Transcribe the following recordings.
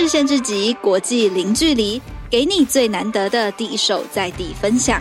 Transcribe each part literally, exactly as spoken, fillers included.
日限制级，国际零距离，给你最难得的第一手在地分享。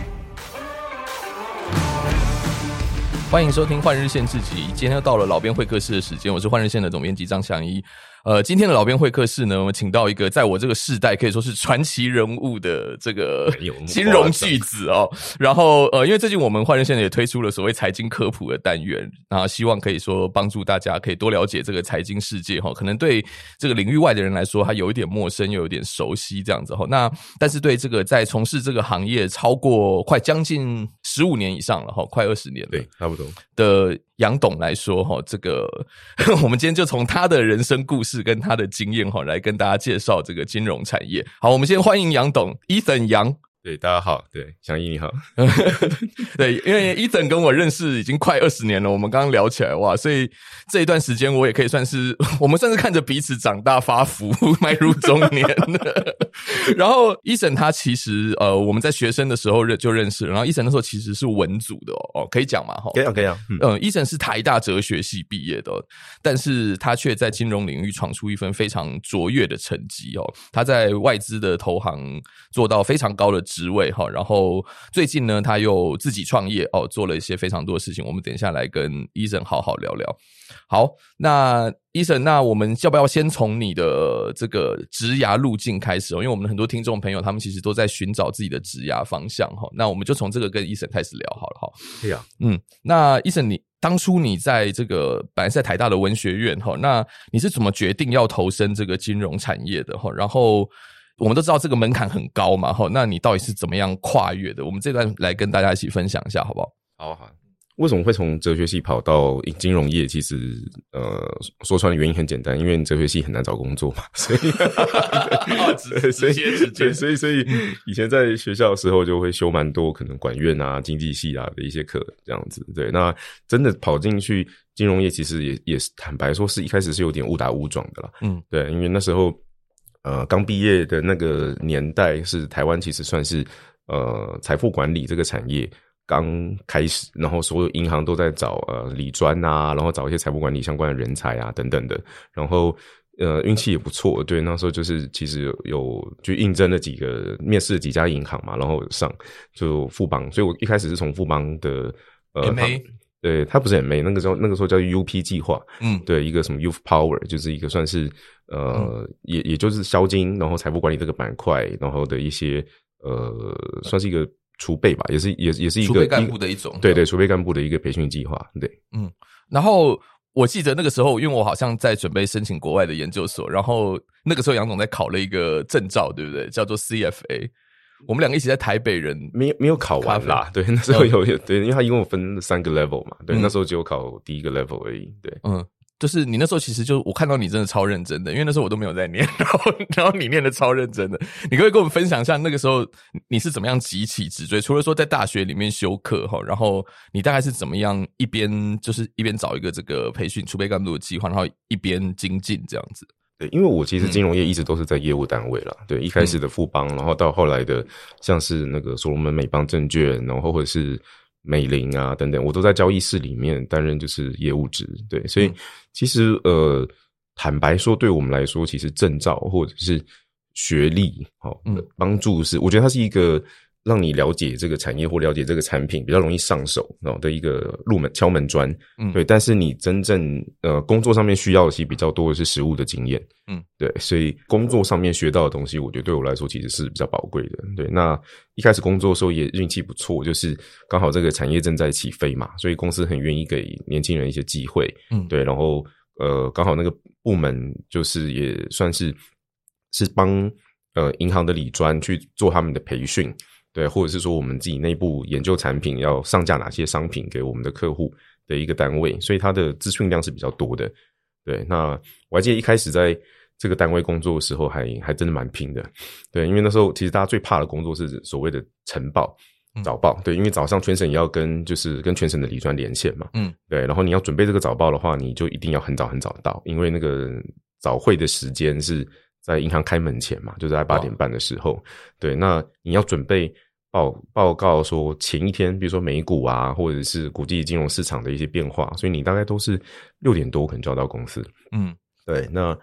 欢迎收听换日线制集，今天又到了老编会客室的时间，我是换日线的总编辑张祥一。呃，今天的老编会客室呢，我们请到一个在我这个世代可以说是传奇人物的这个金融巨子哦。然后呃，因为最近我们换日线也推出了所谓财经科普的单元，然后希望可以说帮助大家可以多了解这个财经世界哈。可能对这个领域外的人来说，他有一点陌生，又有点熟悉这样子哈。那但是对这个在从事这个行业超过快将近十五年以上了哈，快二十年了， 对，差不多的杨董来说哈，这个我们今天就从他的人生故事跟他的经验哈，来跟大家介绍这个金融产业。好，我们先欢迎杨董 Ethan 杨。 对，大家好，对，祥一你好。 对，因为 Ethan 跟我认识已经快二十年了，我们刚刚聊起来哇，所以这一段时间我也可以算是我们算是看着彼此长大发福，迈入中年了。然后 Ethan 他其实呃我们在学生的时候就认识了，然后 Ethan 那时候其实是文组的哦，哦可以讲嘛齁？ 可以啊，可以啊。 嗯, 嗯 Ethan 是台大哲学系毕业的，但是他却在金融领域闯出一份非常卓越的成绩哦。他在外资的投行做到非常高的职位哈，然后最近呢，他又自己创业哦，做了一些非常多的事情。我们等一下来跟 Ethan 好好聊聊。好，那 Ethan， 那我们要不要先从你的这个职涯路径开始哦？因为我们很多听众朋友他们其实都在寻找自己的职涯方向哈。那我们就从这个跟 Ethan 开始聊好了哈。 对啊， 嗯，那 Ethan， 你当初你在这个本来是在台大的文学院哈，那你是怎么决定要投身这个金融产业的哈？然后我们都知道这个门槛很高嘛，那你到底是怎么样跨越的？我们这段来跟大家一起分享一下好不好？ 好好。为什么会从哲学系跑到金融业？其实呃，说穿的原因很简单，因为哲学系很难找工作嘛，所以直直接直接， 所以所以以前在学校的时候就会修蛮多可能管院啊、经济系啊的一些课这样子。对，那真的跑进去金融业，其实也也是坦白说是一开始是有点误打误撞的啦。嗯，对，因为那时候呃刚毕业的那个年代是台湾其实算是呃财富管理这个产业刚开始，然后所有银行都在找呃理专啊，然后找一些财富管理相关的人才啊等等的，然后呃运气也不错，对，那时候就是其实有有去应征了几个面试了几家银行嘛，然后上就富邦，所以我一开始是从富邦的呃 M A， 对，他不是 M A， 那个时候那个时候叫 U P 计划，嗯，对，一个什么 Youth Power， 就是一个算是呃、嗯、也也就是销金，然后财富管理这个板块，然后的一些呃算是一个储备吧，也是也也是一个储备干部的一种， 对对，储备干部的一个培训计划，对， 嗯，然后我记得那个时候，因为我好像在准备申请国外的研究所，然后那个时候杨总在考了一个证照，对不对？叫做 C F A。我们两个一起在台北人， 没没有考完啦，对，那时候有、嗯、对，因为他一共分三个 level 嘛，对，嗯、那时候只有考第一个 level 而已，对， 嗯。就是你那时候其实就我看到你真的超认真的，因为那时候我都没有在念，然后然后你念的超认真的，你可不可以跟我们分享一下那个时候你是怎么样急起直追？除了说在大学里面修课齁，然后你大概是怎么样一边就是一边找一个这个培训储备干部的计划，然后一边精进这样子？ 对，因为我其实金融业一直都是在业务单位啦，嗯、对，一开始的富邦，然后到后来的像是那个所罗门美邦证券，然后或者是美林啊等等，我都在交易室里面担任就是业务职，对，所以其实呃，坦白说，对我们来说，其实证照或者是学历，好，嗯，帮助是，我觉得它是一个让你了解这个产业或了解这个产品比较容易上手的一个入门敲门砖，嗯，对。但是你真正呃工作上面需要的其实比较多的是实务的经验，嗯，对。所以工作上面学到的东西，我觉得对我来说其实是比较宝贵的。对，那一开始工作的时候也运气不错，就是刚好这个产业正在起飞嘛，所以公司很愿意给年轻人一些机会，嗯，对。然后呃刚好那个部门就是也算是是帮呃银行的理专去做他们的培训。对，或者是说我们自己内部研究产品要上架哪些商品给我们的客户的一个单位，所以它的资讯量是比较多的。对，那我还记得一开始在这个单位工作的时候还还真的蛮拼的。对，因为那时候其实大家最怕的工作是所谓的晨报、早报。对，因为早上全省也要跟就是跟全省的理专连线嘛。嗯，对，然后你要准备这个早报的话，你就一定要很早很早到，因为那个早会的时间是在银行开门前嘛，就是在八点半的时候。对，那你要准备报报告说前一天比如说美股啊或者是国际金融市场的一些变化，所以你大概都是六点多可能就要到公司。嗯，对，那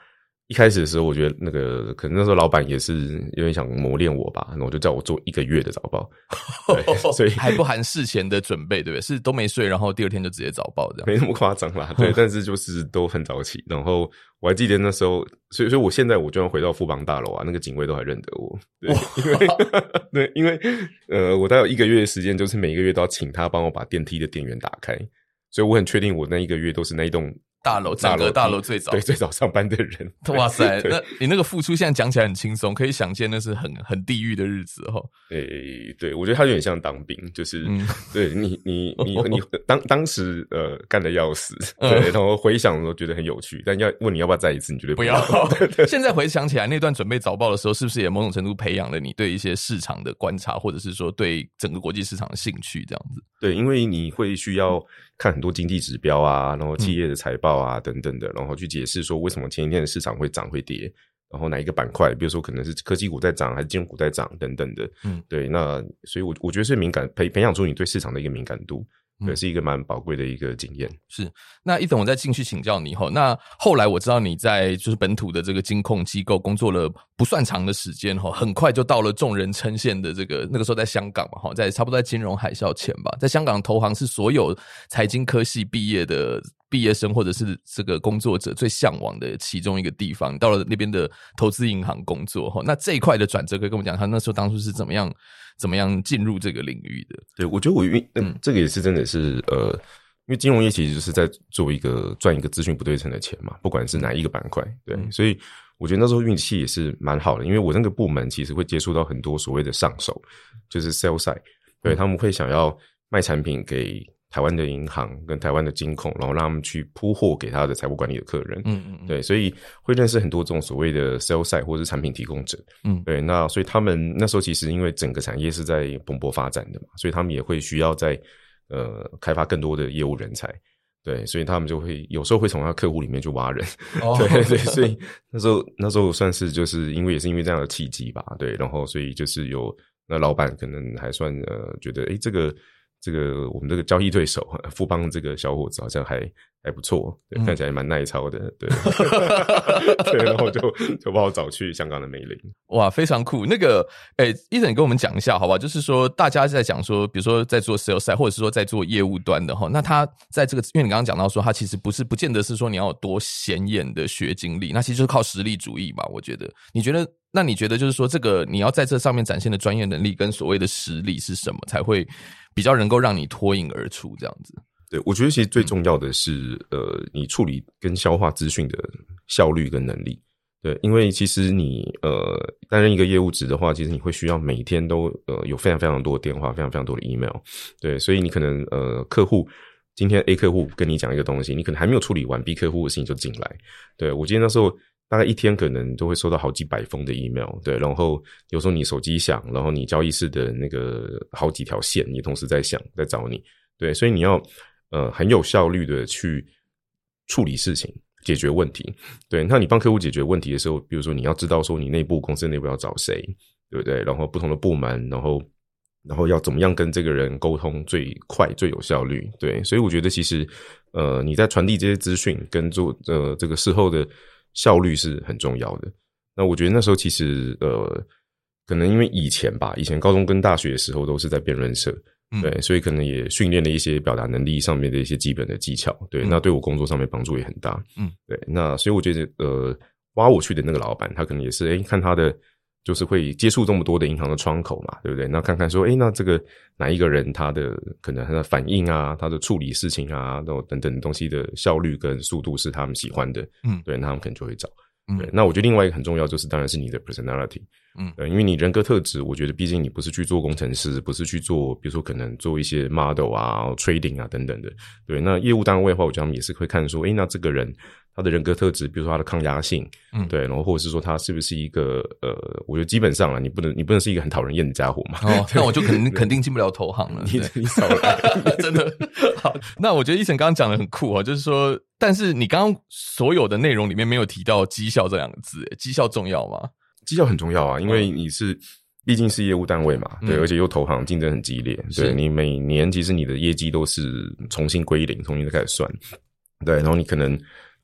一开始的时候，我觉得那个可能那时候老板也是有点想磨练我吧，然后就叫我做一个月的早报，对，所以还不含事前的准备，对不对？是都没睡，然后第二天就直接早报这样， 没那么夸张啦，对，但是就是都很早起，然后我还记得那时候，所以所以我现在我就要回到富邦大楼啊，那个警卫都还认得我，对，因为对，因为呃，我大概有一个月的时间，就是每一个月都要请他帮我把电梯的电源打开，所以我很确定我那一个月都是那一栋。 大楼，整个大楼最早， 对，最早上班的人。 哇塞，那你那个付出现在讲起来很轻松，可以想见那是很很地狱的日子哦。 诶，对，我觉得他有点像当兵，就是、嗯、对你你你你当当时呃干得要死，对，然后回想的时候觉得很有趣，但要问你要不要再一次，你绝对不要。 现在回想起来，那段准备早报的时候，是不是也某种程度培养了你对一些市场的观察，或者是说对整个国际市场的兴趣这样子？ 对，因为你会需要看很多经济指标啊，然后企业的财报啊、嗯、等等的，然后去解释说为什么前一天的市场会涨会跌，然后哪一个板块，比如说可能是科技股在涨还是金融股在涨等等的。嗯，对，那所以我我觉得是敏感培培养出你对市场的一个敏感度。对，是一个蛮宝贵的一个经验。 是，那一等我再进去请教你齁。那后来我知道你在就是本土的这个金控机构工作了不算长的时间齁，很快就到了众人称羡的这个那个时候在香港嘛齁，在差不多在金融海啸前吧，在香港投行是所有财经科系毕业的毕业生或者是这个工作者最向往的其中一个地方，到了那边的投资银行工作齁。那这一块的转折可以跟我们讲，他那时候当初是怎么样怎么样进入这个领域的？ 对，我觉得我运、嗯、这个也是真的是呃，因为金融业其实就是在做一个赚一个资讯不对称的钱嘛，不管是哪一个板块，对、嗯，所以我觉得那时候运气也是蛮好的，因为我那个部门其实会接触到很多所谓的上手，就是 sales side， 对、嗯，他们会想要卖产品给台湾的银行跟台湾的金控，然后让他们去铺货给他的财务管理的客人，嗯嗯，对，所以会认识很多这种所谓的 sales side 或者是产品提供者，嗯，对，那所以他们那时候其实因为整个产业是在蓬勃发展的嘛，所以他们也会需要在呃开发更多的业务人才，对，所以他们就会有时候会从他客户里面去挖人，哦、对对，所以那时候那时候算是就是因为也是因为这样的契机吧，对，然后所以就是有那老板可能还算呃觉得诶这个。这个我们这个交易对手富邦这个小伙子好像还还不错，对、嗯，看起来蛮耐操的，对，对，然后就就把我找去香港的美林， 哇，非常酷。那个，诶 ，Ethan 你跟我们讲一下好吧？就是说，大家在讲说，比如说在做 sales side， 或者是说在做业务端的哈，那他在这个，因为你刚刚讲到说，他其实不是不见得是说你要有多显眼的学经历，那其实就是靠实力主义吧。我觉得，你觉得？那你觉得就是说，这个你要在这上面展现的专业能力跟所谓的实力是什么，才会比较能够让你脱颖而出这样子？ 对，我觉得其实最重要的是，嗯、呃，你处理跟消化资讯的效率跟能力。对，因为其实你呃担任一个业务职的话，其实你会需要每天都呃有非常非常多的电话，非常非常多的 email。对，所以你可能呃客户今天 A 客户跟你讲一个东西，你可能还没有处理完 B 客户的事情就进来。对，我记得那时候。大概一天可能都会收到好几百封的 email， 对，然后有时候你手机响，然后你交易室的那个好几条线也同时在响，在找你，对，所以你要呃很有效率的去处理事情，解决问题，对，那你帮客户解决问题的时候，比如说你要知道说你内部公司内部要找谁，对不对？然后不同的部门，然后然后要怎么样跟这个人沟通最快最有效率，对，所以我觉得其实呃你在传递这些资讯跟做呃这个事后的效率是很重要的。那我觉得那时候其实呃，可能因为以前吧，以前高中跟大学的时候都是在辩论社，嗯、对，所以可能也训练了一些表达能力上面的一些基本的技巧，对，嗯、那对我工作上面帮助也很大，嗯，对，那所以我觉得呃，挖我去的那个老板，他可能也是诶看他的就是会接触这么多的银行的窗口嘛，对不对？那看看说，诶那这个哪一个人他的可能他的反应啊，他的处理事情啊，等等东西的效率跟速度是他们喜欢的，嗯，对，那他们可能就会找。嗯、对，那我觉得另外一个很重要就是当然是你的 personality， 嗯，对，因为你人格特质，我觉得毕竟你不是去做工程师，不是去做，比如说可能做一些 model 啊 trading 啊等等的，对，那业务单位的话，我觉得他们也是会看说，诶那这个人他的人格特质，比如说他的抗压性，嗯，对，然后或者是说他是不是一个呃，我觉得基本上啦，你不能你不能是一个很讨人厌的家伙嘛， 哦，那我就肯定肯定进不了投行了， 你你少来， 真的。好，那我觉得Ethan刚刚讲的很酷啊，就是说，但是你刚刚所有的内容里面没有提到绩效这两个字，绩效重要吗？ 绩效很重要啊，因为你是。毕竟是业务单位嘛，对，嗯、而且又投行，竞争很激烈，对，你每年其实你的业绩都是重新归零，重新再开始算，对，然后你可能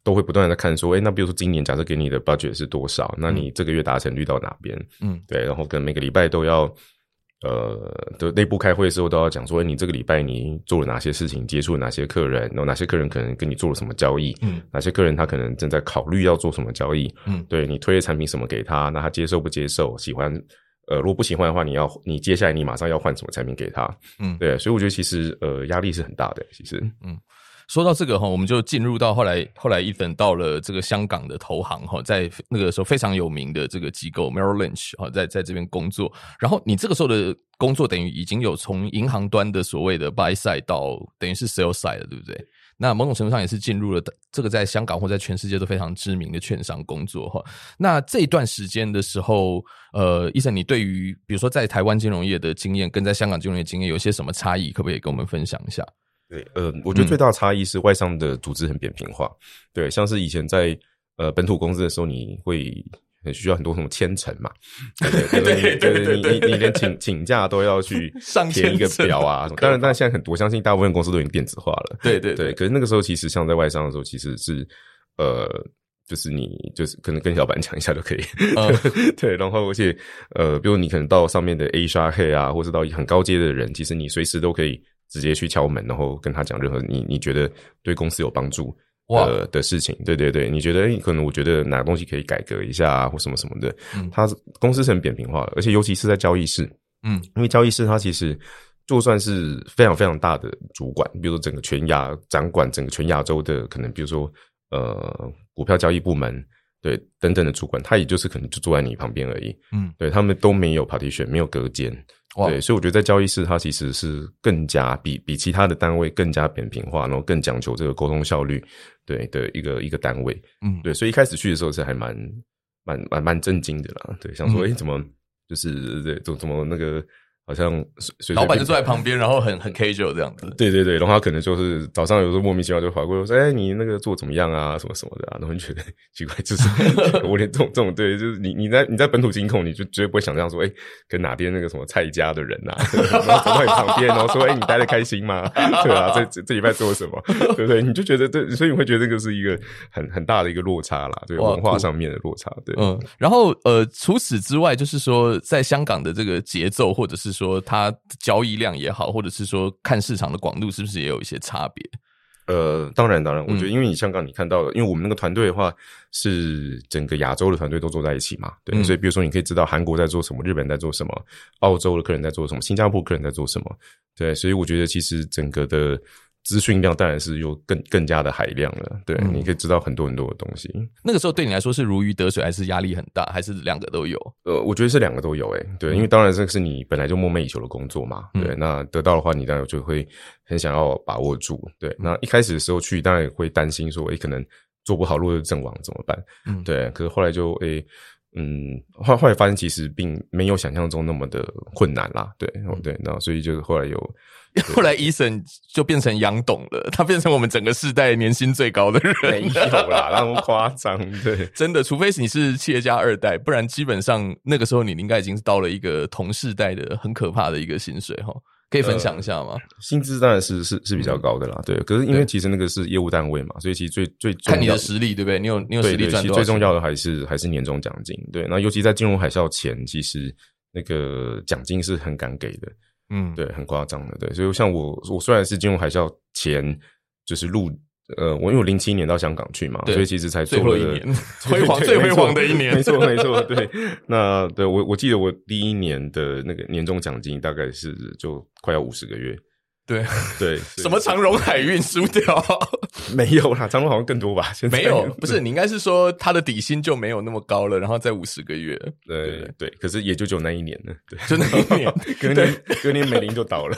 都会不断的在看说，诶，那比如说今年假设给你的 budget 是多少，那你这个月达成率到哪边？嗯，对，然后跟每个礼拜都要呃的内部开会的时候都要讲说，诶，你这个礼拜你做了哪些事情，接触了哪些客人，然后哪些客人可能跟你做了什么交易，嗯，哪些客人他可能正在考虑要做什么交易，嗯，对，你推的产品什么给他，那他接受不接受，喜欢。呃，如果不喜欢的话，你要你接下来你马上要换什么产品给他？嗯，对，所以我觉得其实呃压力是很大的。其实， 嗯，说到这个哈，我们就进入到后来后来Ethan到了这个香港的投行哈，在那个时候非常有名的这个机构 Merrill Lynch 哈，在在这边工作。然后你这个时候的工作等于已经有从银行端的所谓的 buy side 到等于是 sell side 了，对不对？那某种程度上也是进入了这个在香港或在全世界都非常知名的券商工作哈。那这一段时间的时候，呃，Ethan，你对于比如说在台湾金融业的经验跟在香港金融业经验有些什么差异，可不可以跟我们分享一下？ 对，呃，我觉得最大的差异是外商的组织很扁平化。嗯、对，像是以前在呃本土公司的时候，你会很需要很多什么签呈嘛，对对对对对，你你你连请请假都要去填一个表啊。当然，但现在很多，我相信大部分公司都已经电子化了。对对 对, 对，可是那个时候其实像在外商的时候，其实是呃，就是你就是可能跟小板讲一下就可以。嗯、对，然后而且呃，比如你可能到上面的 H R head 啊，或是到很高阶的人，其实你随时都可以直接去敲门，然后跟他讲任何你你觉得对公司有帮助。的的事情，对对对，你觉得诶可能我觉得哪个东西可以改革一下啊，或什么什么的，嗯，它公司是很扁平化的，而且尤其是在交易室，嗯，因为交易室它其实就算是非常非常大的主管，比如说整个全亚掌管整个全亚洲的，可能比如说呃股票交易部门，对等等的主管，他也就是可能就坐在你旁边而已，嗯，对他们都没有 partition， 没有隔间。对，所以我觉得在交易室，它其实是更加比比其他的单位更加扁平化，然后更讲求这个沟通效率，对的一个一个单位。嗯，对，所以一开始去的时候是还蛮蛮蛮蛮震惊的啦。对，想说，诶、嗯欸、怎么就是对，怎怎么那个好像随随老板就坐在旁边，然后很很 casual 这样子。 对对对，然后他可能就是早上有时候莫名其妙就跑过来说：“哎、欸，你那个做怎么样啊？什么什么的啊？”然后你觉得奇怪，就是我连这种这种对，就是你你在你在本土金控，你就绝对不会想象说，哎、欸，跟哪边那个什么蔡家的人啊，然后走到你旁边，然后说：“哎、欸，你待得开心吗？对啊，这这这礼拜做什么？对不对？”你就觉得对，所以你会觉得这个是一个很很大的一个落差啦，对文化上面的落差。对， 嗯，然后呃，除此之外，就是说在香港的这个节奏，或者是说它交易量也好，或者是说看市场的广度，是不是也有一些差别？ 呃，当然，当然，我觉得因为你香港你看到的，嗯、因为我们那个团队的话是整个亚洲的团队都坐在一起嘛，对，嗯、所以比如说你可以知道韩国在做什么，日本在做什么，澳洲的客人在做什么，新加坡客人在做什么，对，所以我觉得其实整个的资讯量当然是又更更加的海量了，对，嗯、你可以知道很多很多的东西。 那个时候对你来说是如鱼得水，还是压力很大，还是两个都有？ 呃，我觉得是两个都有，诶，对，嗯、因为当然这个是你本来就梦寐以求的工作嘛，嗯、对，那得到的话，你当然就会很想要把握住，对，那一开始的时候去，当然也会担心说，诶，可能做不好落入阵亡怎么办？嗯，对，可是后来就诶。嗯，后后来发现其实并没有想象中那么的困难啦，对，对，然后所以就是后来有， 后来Ethan就变成杨董了，他变成我们整个世代年薪最高的人， 没有啦，那么夸张，对， 真的，除非是你是企业家二代，不然基本上那个时候你应该已经到了一个同世代的很可怕的一个薪水齁。可以分享一下吗？ 呃、薪资当然是是是比较高的啦，对。可是因为其实那个是业务单位嘛，所以其实最最重要看你的实力，对不对？你有你有实力赚多少钱？ 对对，其实最重要的还是还是年终奖金，对。那尤其在金融海啸前，其实那个奖金是很敢给的，嗯，对，很夸张的，对。所以像我我虽然是金融海啸前就是入。呃，我因为我零七年到香港去嘛，所以其实才做了最后一年辉煌最辉煌的一年， 没错没错，对。那对我我记得我第一年的那个年终奖金大概是就快要五十个月， 对对。 什么长荣海运输掉？ 没有啦，长荣好像更多吧？现在没有，不是你应该是说他的底薪就没有那么高了，然后再五十个月， 对 对, 对。可是也就只有那一年了，对， 就那一年， 隔年隔年美林就倒了。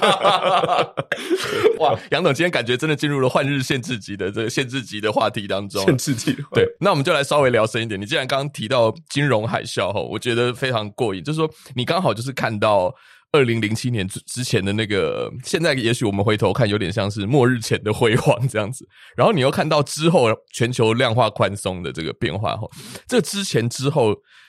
哇，杨董今天感觉真的进入了换日限制级的这个限制级的话题当中。 限制级， 对，那我们就来稍微聊深一点。你既然刚刚提到金融海啸齁，我觉得非常过瘾，就是说你刚好就是看到二零零七年之前的那个，现在也许我们回头看有点像是末日前的辉煌这样子，然后你又看到之后全球量化宽松的这个变化齁，这之前之后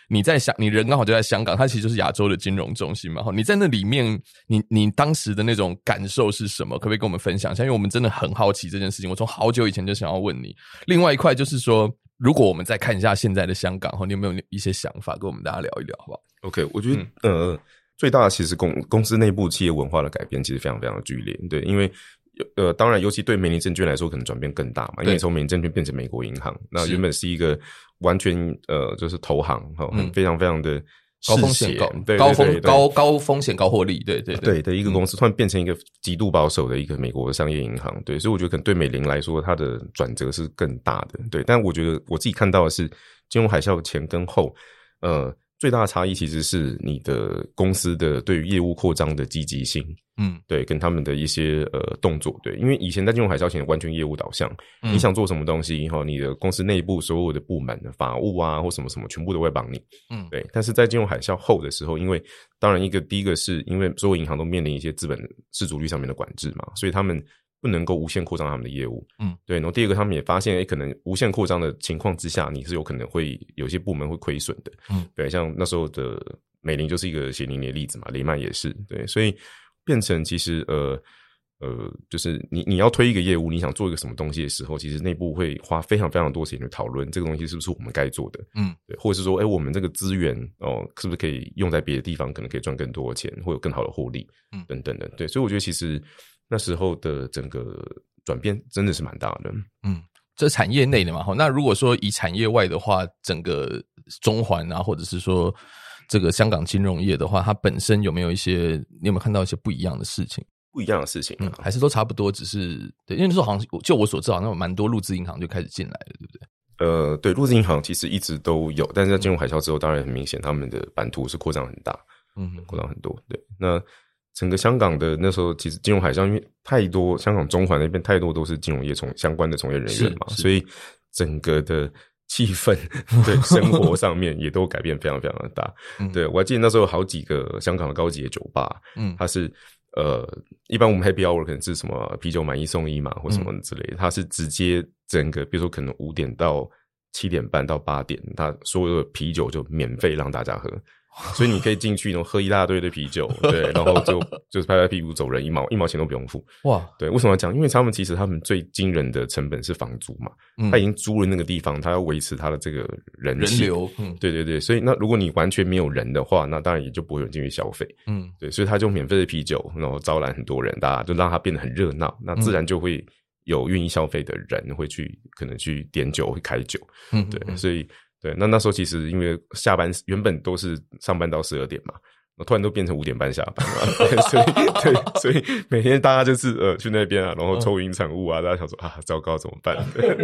你在香，你人刚好就在香港，它其实就是亚洲的金融中心嘛。你在那里面，你你当时的那种感受是什么？可不可以跟我们分享一下？因为我们真的很好奇这件事情，我从好久以前就想要问你。另外一块就是说，如果我们再看一下现在的香港，你有没有一些想法跟我们大家聊一聊，好不好 ？OK， 我觉得、嗯、呃，最大的其实公公司内部企业文化的改变其实非常非常的剧烈，对，因为。呃，当然，尤其对美林证券来说，可能转变更大嘛，因为从美林证券变成美国银行，那原本是一个完全呃，就是投行哈，很、嗯、非常非常的高风险、高对高风高高风险高获利，对对对, 对的一个公司，突然变成一个极度保守的一个美国的商业银行，对，所以我觉得可能对美林来说，它的转折是更大的，对，但我觉得我自己看到的是金融海啸前跟后，呃。最大的差异其实是你的公司的对于业务扩张的积极性，嗯，对，跟他们的一些呃动作，对，因为以前在金融海啸前完全业务导向，嗯、你想做什么东西哈，你的公司内部所有的部门的法务啊或什么什么，全部都会帮你，嗯，对。但是在金融海啸后的时候，因为当然一个第一个是因为所有银行都面临一些资本适足率上面的管制嘛，所以他们不能够无限扩张他们的业务，嗯，对。然后第二个，他们也发现，诶，可能无限扩张的情况之下，你是有可能会有些部门会亏损的，嗯，对。像那时候的美林就是一个血淋淋的例子嘛，雷曼也是，对。所以变成其实呃呃，就是你你要推一个业务，你想做一个什么东西的时候，其实内部会花非常非常多时间去讨论这个东西是不是我们该做的，嗯，对，或者是说，诶，我们这个资源哦，是不是可以用在别的地方，可能可以赚更多的钱，会有更好的获利，嗯，等等的，对。所以我觉得其实。那时候的整个转变真的是蛮大的， 嗯，这产业内的嘛，那如果说以产业外的话，整个中环啊，或者是说这个香港金融业的话，它本身有没有一些，你有没有看到一些不一样的事情？ 不一样的事情、啊， 嗯，还是都差不多，只是对，因为那时候好像就我所知，好像有蛮多陆资银行就开始进来了，对不对？ 呃，对，陆资银行其实一直都有，但是在金融海啸之后，当然很明显，他们的版图是扩张很大，嗯，扩张很多，对，那。整个香港的那时候，其实金融海啸，因为太多香港中环那边太多都是金融业从相关的从业人员嘛，所以整个的气氛对生活上面也都改变非常非常的大。嗯、对，我还记得那时候有好几个香港的高级的酒吧，嗯，它是呃，一般我们 Happy Hour 可能是什么啤酒买一送一嘛，或什么之类的，嗯、它是直接整个，比如说可能五点到七点半到八点，它所有的啤酒就免费让大家喝。所以你可以进去，然后喝一大堆的啤酒，对，然后就就是拍拍屁股走人，一毛一毛钱都不用付。哇，对，为什么要讲？因为他们其实他们最惊人的成本是房租嘛，嗯、他已经租了那个地方，他要维持他的这个人人流，嗯， 对对对，所以那如果你完全没有人的话，那当然也就不会有人进去消费，嗯，对，所以他就免费的啤酒，然后招揽很多人，大家就让它变得很热闹，那自然就会有愿意消费的人会去可能去点酒，会开酒，嗯，对，所以。对，那那时候其实因为下班原本都是上班到十二点嘛，突然都变成五点半下班嘛，对，所以对，所以每天大家就是呃去那边啊，然后抽云产物啊，大家想说啊，糟糕怎么办？对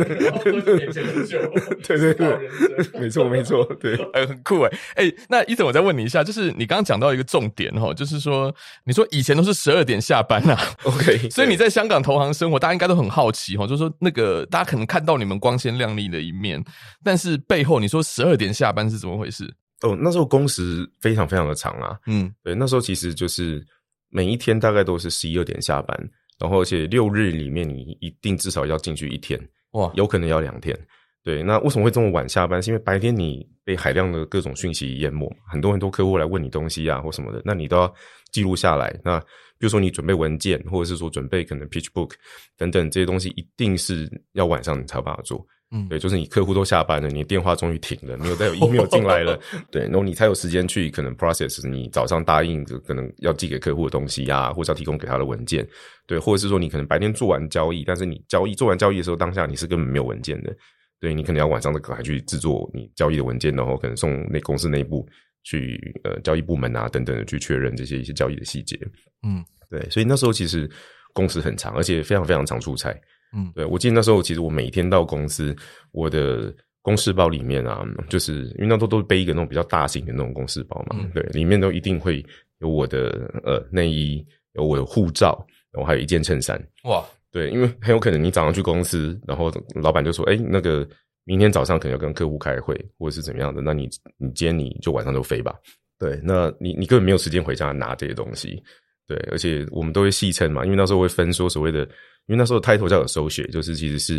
对对，没错没错，对， 哎、欸，很酷哎哎、欸，那伊森我再问你一下，就是你刚刚讲到一个重点哈，就是说你说以前都是十二点下班啊 ，OK， 所以你在香港投行生活，大家应该都很好奇哈，就是说那个大家可能看到你们光鲜亮丽的一面，但是背后你说十二点下班是怎么回事？ 哦，那时候工时非常非常的长啊，嗯，对，那时候其实就是每一天大概都是十一二点下班，然后而且六日里面你一定至少要进去一天，哇，有可能要两天。对，那为什么会这么晚下班？是因为白天你被海量的各种讯息淹没，很多很多客户来问你东西啊或什么的，那你都要记录下来。那比如说你准备文件，或者是说准备可能 pitch book 等等这些东西，一定是要晚上你才有办法做。嗯，对，就是你客户都下班了，你的电话终于停了，没有再有 email 进来了，对，然后你才有时间去可能 process 你早上答应可能要寄给客户的东西啊，或者要提供给他的文件，对，或者是说你可能白天做完交易，但是你交易做完交易的时候，当下你是根本没有文件的，对，你可能要晚上再赶快去制作你交易的文件，然后可能送那公司内部去呃交易部门啊等等的去确认这些一些交易的细节，嗯，对，所以那时候其实工时很长，而且非常非常常出差。嗯，对，我记得那时候其实我每天到公司，我的公事包里面啊，就是因为那时候都背一个那种比较大型的那种公事包嘛，嗯、对，里面都一定会有我的呃内衣，有我的护照，然后还有一件衬衫。哇，对，因为很有可能你早上去公司，然后老板就说，哎，那个明天早上可能要跟客户开会，或者是怎么样的，那你你今天你就晚上就飞吧。对，那你你根本没有时间回家拿这些东西。对，而且我们都会戏称嘛，因为那时候会分说所谓的。因为那时候 title 叫 associate， 就是其实是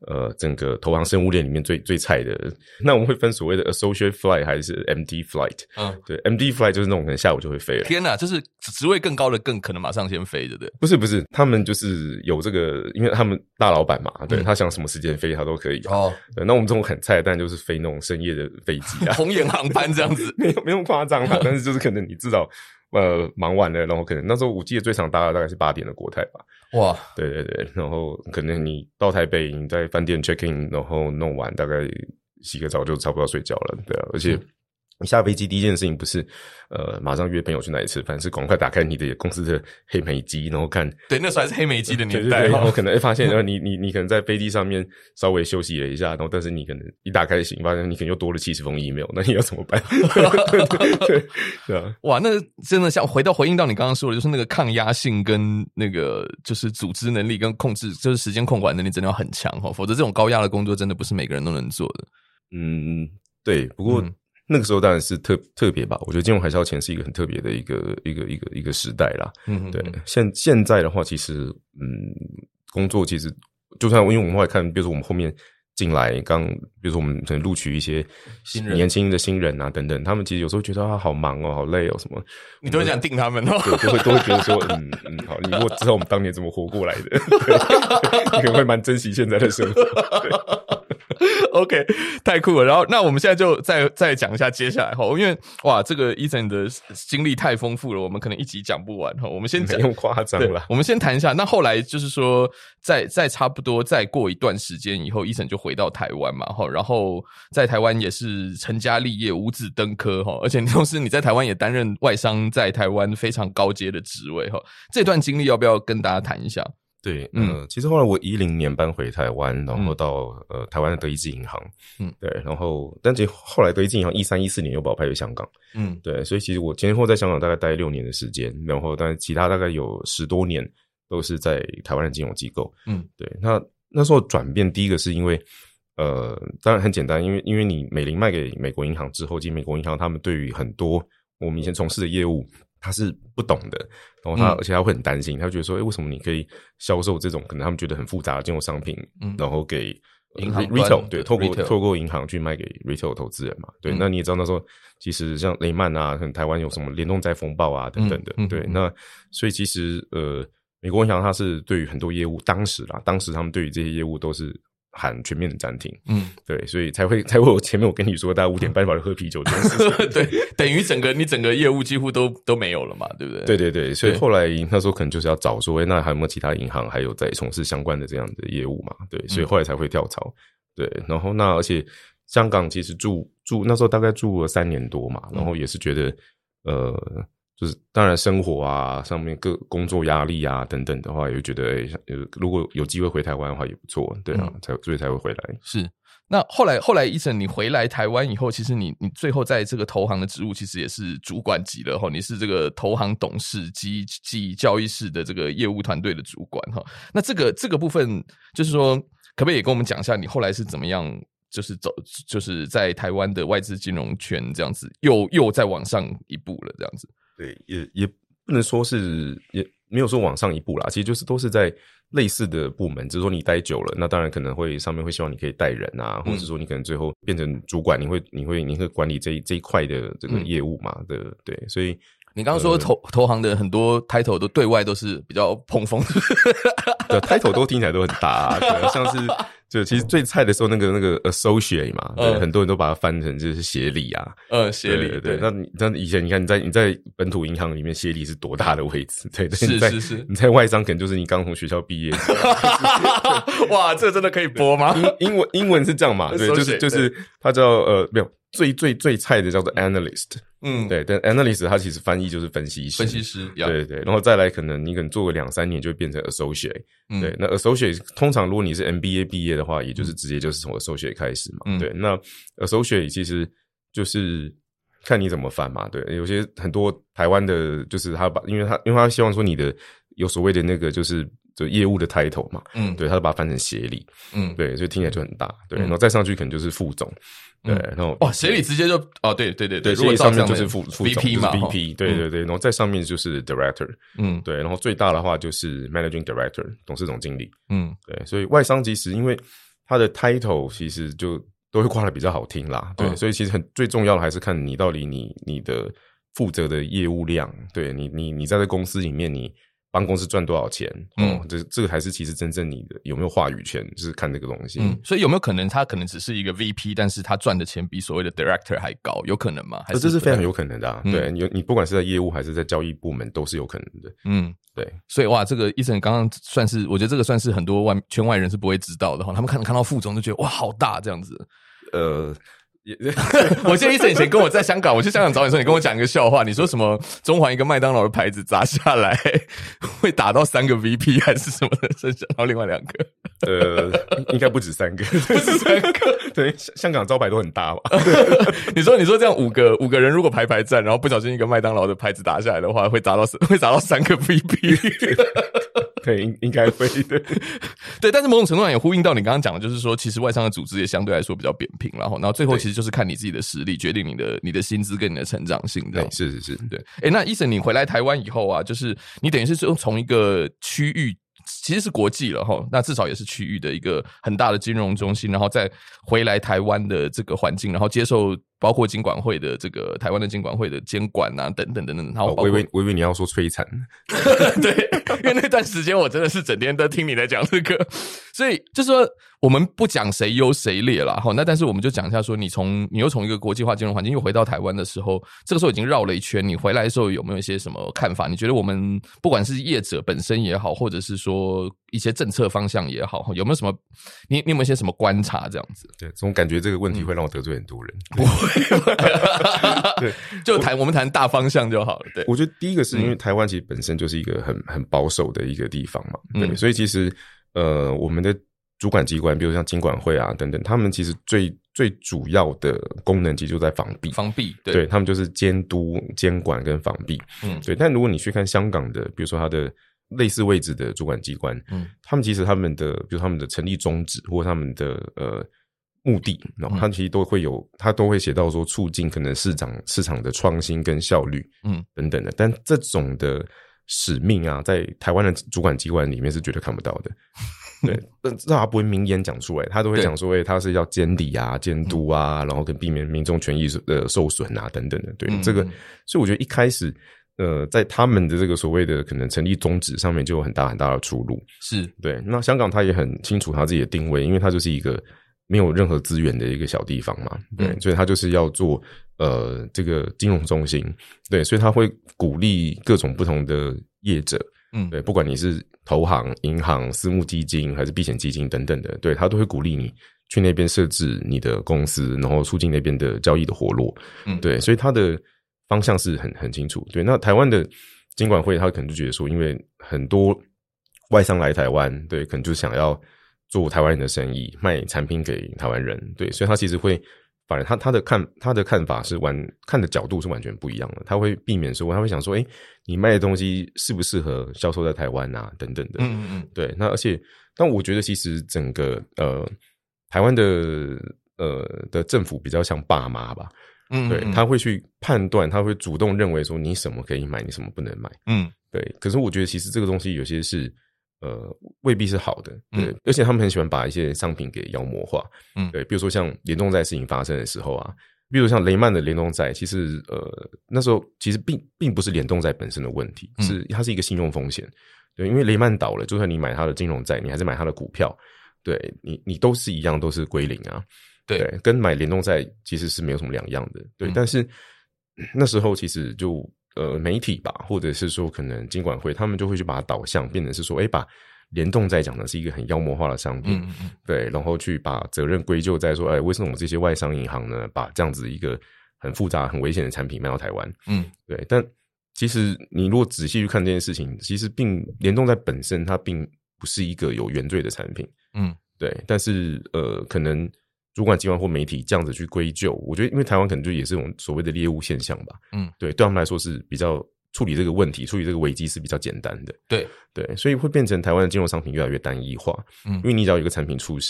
呃整个投行生物链里面最最菜的。那我们会分所谓的 associate flight 还是 M D flight。嗯，对 ，M D flight 就是那种可能下午就会飞了。 天哪，就是职位更高的更可能马上先飞，对不对？ 不是不是，他们就是有这个，因为他们大老板嘛，对、嗯、他想什么时间飞他都可以。哦，对，那我们这种很菜，但就是飞那种深夜的飞机啊， 红眼航班这样子， 没有没有夸张啦，但是就是可能你至少。呃，忙完了，然后可能那时候我记得最长搭的大概是八点的国泰吧。哇，对对对，然后可能你到台北，你在饭店 check in， 然后弄完大概洗个澡就差不多要睡觉了，对啊，而且。你下飞机第一件事情不是，呃，马上约朋友去哪里吃饭，是赶快打开你的公司的黑莓机，然后看。 对，那时候还是黑莓机的年代。 对对对，然后可能会发现，然后你你你可能在飞机上面稍微休息了一下，然后但是你可能一打开行，发现你可能又多了七十封 email， 那你要怎么办？对对对，对啊。 哇，那真的像回到回应到你刚刚说的，就是那个抗压性跟那个就是组织能力跟控制，就是时间控管能力真的要很强哈，否则这种高压的工作真的不是每个人都能做的。 嗯，对，不过。嗯那个时候当然是特特别吧，我觉得金融海啸前是一个很特别的一个一个一个一个时代啦。嗯，对。现现在的话，其实嗯，工作其实就算因为我们后来看，比如说我们后面进来刚，比如说我们可能录取一些新人、 年轻的新人啊等等，他们其实有时候觉得啊好忙哦，好累哦什么， 你都会想定他们哦， 对，都会都会觉得说嗯嗯好，你如果知道我们当年怎么活过来的，对你可能会蛮珍惜现在的生活。对 OK， 太酷了。然后，那我们现在就再再讲一下接下来哈，因为哇，这个Ethan的经历太丰富了，我们可能一集讲不完哈。我们先讲， 没用夸张啦。 我们先谈一下。那后来就是说，在在差不多再过一段时间以后，Ethan就回到台湾嘛哈，然后在台湾也是成家立业，五子登科哈，而且同时你在台湾也担任外商在台湾非常高阶的职位哈。这段经历要不要跟大家谈一下？ 对，嗯、呃，其实后来我一零年搬回台湾，然后到、嗯、呃台湾的德意志银行，嗯，对，然后但其实后来德意志银行一三一四年又把我派回香港，嗯，对，所以其实我前后在香港大概待六年的时间，然后但其他大概有十多年都是在台湾的金融机构，嗯，对，那那时候转变第一个是因为呃，当然很简单，因为因为你美林卖给美国银行之后，其实美国银行他们对于很多我们以前从事的业务。他是不懂的，然后他、嗯、而且他会很担心，他会觉得说，诶，为什么你可以销售这种可能他们觉得很复杂的金融商品，嗯、然后给银行 retail 对，透过 retail 透过银行去卖给 retail 投资人嘛，对，嗯、那你也知道那时候其实像雷曼啊，可能台湾有什么联动债风暴啊等等的，嗯、对，嗯、那所以其实呃，美国银行它是对于很多业务，当时啦，当时他们对于这些业务都是。喊全面的暂停，嗯，对，所以才会才会有前面我跟你说，大概五点半跑去喝啤酒这件事情， 对，等于整个你整个业务几乎都都没有了嘛，对不对？ 对对对，所以后来那时候可能就是要找说，诶，那还有没有其他银行还有在从事相关的这样的业务嘛？对，所以后来才会跳槽，对，然后那而且香港其实住住那时候大概住了三年多嘛，然后也是觉得呃。就是当然生活啊上面各工作压力啊等等的话，也会觉得诶、欸、如果有机会回台湾的话也不错，对啊，嗯、才所以才会回来。 是，那后来后来Ethan你回来台湾以后，其实你你最后在这个投行的职务其实也是主管级了齁，你是这个投行董事及及交易室的这个业务团队的主管齁。那这个这个部分就是说，可不可以也跟我们讲一下你后来是怎么样？就是走，就是在台湾的外资金融圈这样子，又又再往上一步了，这样子。 对，也也不能说是，也没有说往上一步啦，其实就是都是在类似的部门，只是说你待久了，那当然可能会上面会希望你可以带人啊，或者是说你可能最后变成主管，你会你会你会管理这一这一块的这个业务嘛的、嗯，对，所以。 你刚刚说投、呃、投行的很多 title 都对外都是比较碰风， 对 title 都听起来都很大、啊，对，像是就其实最菜的时候那个那个 associate 嘛，对、嗯，很多人都把它翻成就是协理啊， 呃，协理， 对, 对, 对，那你那以前你看你在你在本土银行里面协理是多大的位置，对，对是是是， 你在外商可能就是你刚从学校毕业， 哇，这真的可以播吗？ 英英文英文是这样嘛，对，就是就是它叫呃没有。最最最菜的叫做 analyst， 嗯，对，但 analyst 它其实翻译就是分析师， 分析师， 对对对，然后再来可能你可能做个两三年就会变成 associate，、嗯、对，那 associate 通常如果你是 M B A 毕业的话，也就是直接就是从 associate 开始嘛，嗯、对，那 associate 其实就是看你怎么翻嘛，对，有些很多台湾的，就是他把，因为他因为他希望说你的有所谓的那个就是就业务的 title 嘛，嗯，对，他就把它翻成协理，嗯，对，所以听起来就很大，对，然后再上去可能就是副总。对，然后哇，协理直接就哦，对对对对，协理上面就是副副总 V P 嘛 ，V P， 对对对，然后再上面就是 director， 嗯，对，然后最大的话就是 managing director， 董事总经理，嗯，对，所以外商其实因为它的 title 其实就都会挂得比较好听啦，对，嗯、所以其实很最重要的还是看你到底你你的负责的业务量，对你你你在这公司里面你帮公司赚多少钱，嗯，这这个还是其实真正你的有没有话语权，就是看这个东西。 嗯，所以有没有可能他可能只是一个 V P， 但是他赚的钱比所谓的 Director 还高，有可能吗？还是这是非常有可能的、啊嗯、对，你你不管是在业务还是在交易部门都是有可能的。嗯，对， 所以哇，这个Eason刚刚算是，我觉得这个算是很多外圈外人是不会知道的哈，他们看看到副总就觉得哇好大这样子，呃。我记得Eason以前跟我在香港，我去香港找你说，你跟我讲一个笑话，你说什么中环一个麦当劳的牌子砸下来会打到三个 V P 还是什么的，剩下然后另外两个， 呃，应该不止三个， 不止三个， 对，香港招牌都很大嘛。 你说你说这样五个五个人如果排排站，然后不小心一个麦当劳的牌子打下来的话，会砸到会砸到三个 V P。 对，应应该会的。 对，但是某种程度上也呼应到你刚刚讲的，就是说，其实外商的组织也相对来说比较扁平，然后，然后最后其实就是看你自己的实力决定你的你的薪资跟你的成长性，这样。 是是是， 对。诶，那Eason你回来台湾以后啊，就是你等于是从一个区域。其实是国际了齁，那至少也是区域的一个很大的金融中心，然后再回来台湾的这个环境，然后接受包括金管会的这个台湾的金管会的监管啊，等等等等。然后我以为我以为你要说摧残， 对，因为那段时间我真的是整天都听你在讲这个，所以就是说我们不讲谁优谁劣啦齁，那但是我们就讲一下说，你从你又从一个国际化金融环境又回到台湾的时候，这个时候已经绕了一圈，你回来的时候有没有一些什么看法？你觉得我们不管是业者本身也好，或者是说一些政策方向也好，有没有什么你你有没有一些什么观察这样子？ 对，总感觉这个问题会让我得罪很多人。 不会，对，就谈我们谈大方向就好了。对， 我觉得第一个是因为台湾其实本身就是一个很很保守的一个地方嘛，对，嗯、所以其实呃我们的主管机关，比如像金管会啊等等，他们其实最最主要的功能其实就在防弊， 防弊，对， 对他们就是监督、监管跟防弊。嗯，对。但如果你去看香港的，比如说他的类似位置的主管机关，嗯，他们其实他们的，比如他们的成立宗旨或他们的呃目的，然后他其实都会有，他都会写到说促进可能市场市场的创新跟效率，嗯，等等的。但这种的使命啊，在台湾的主管机关里面是绝对看不到的。对，但他不会明言讲出来，他都会讲说，诶、欸，他是要监理啊、监督啊，然后跟避免民众权益的受损啊，等等的。对，嗯、这个，所以我觉得一开始，呃，在他们的这个所谓的可能成立宗旨上面就有很大很大的出入。 是对。那香港他也很清楚他自己的定位，因为他就是一个没有任何资源的一个小地方嘛，对，嗯、所以他就是要做呃这个金融中心，对，所以他会鼓励各种不同的业者。嗯，对，不管你是投行、银行、私募基金还是避险基金等等的，对，他都会鼓励你去那边设置你的公司，然后促进那边的交易的活络。嗯，对，所以他的方向是很很清楚。对，那台湾的金管会他可能就觉得说，因为很多外商来台湾，对，可能就是想要做台湾人的生意，卖产品给台湾人，对，所以他其实会。反正他他的看他的看法是完看的角度是完全不一样的，他会避免说他会想说，诶、欸，你卖的东西适不适合销售在台湾啊，等等的。嗯嗯，对。那而且，但我觉得其实整个呃台湾的呃的政府比较像爸妈吧，嗯, 嗯，对，他会去判断，他会主动认为说你什么可以买，你什么不能买。嗯，对。可是我觉得其实这个东西有些是。呃，未必是好的，对，嗯、而且他们很喜欢把一些商品给妖魔化，嗯，对，比如说像联动债事情发生的时候啊，比如像雷曼的联动债，其实呃那时候其实并并不是联动债本身的问题，是它是一个信用风险，对，因为雷曼倒了，就算你买它的金融债，你还是买它的股票，对你你都是一样，都是归零啊，对，对，跟买联动债其实是没有什么两样的，对，嗯、但是那时候其实就。呃，媒体吧，或者是说可能金管会，他们就会去把它导向变成是说，诶，把联动债讲的是一个很妖魔化的商品，嗯嗯对，然后去把责任归咎在说，诶，为什么我们这些外商银行呢，把这样子一个很复杂、很危险的产品卖到台湾？嗯，对。但其实你如果仔细去看这件事情，其实并联动债本身它并不是一个有原罪的产品，嗯，对。但是呃，可能。主管机关或媒体这样子去归咎，我觉得因为台湾可能就也是这种所谓的猎物现象吧，嗯，对，对他们来说是比较处理这个问题、处理这个危机是比较简单的， 对对， 所以会变成台湾的金融商品越来越单一化，嗯，因为你只要有一个产品出事，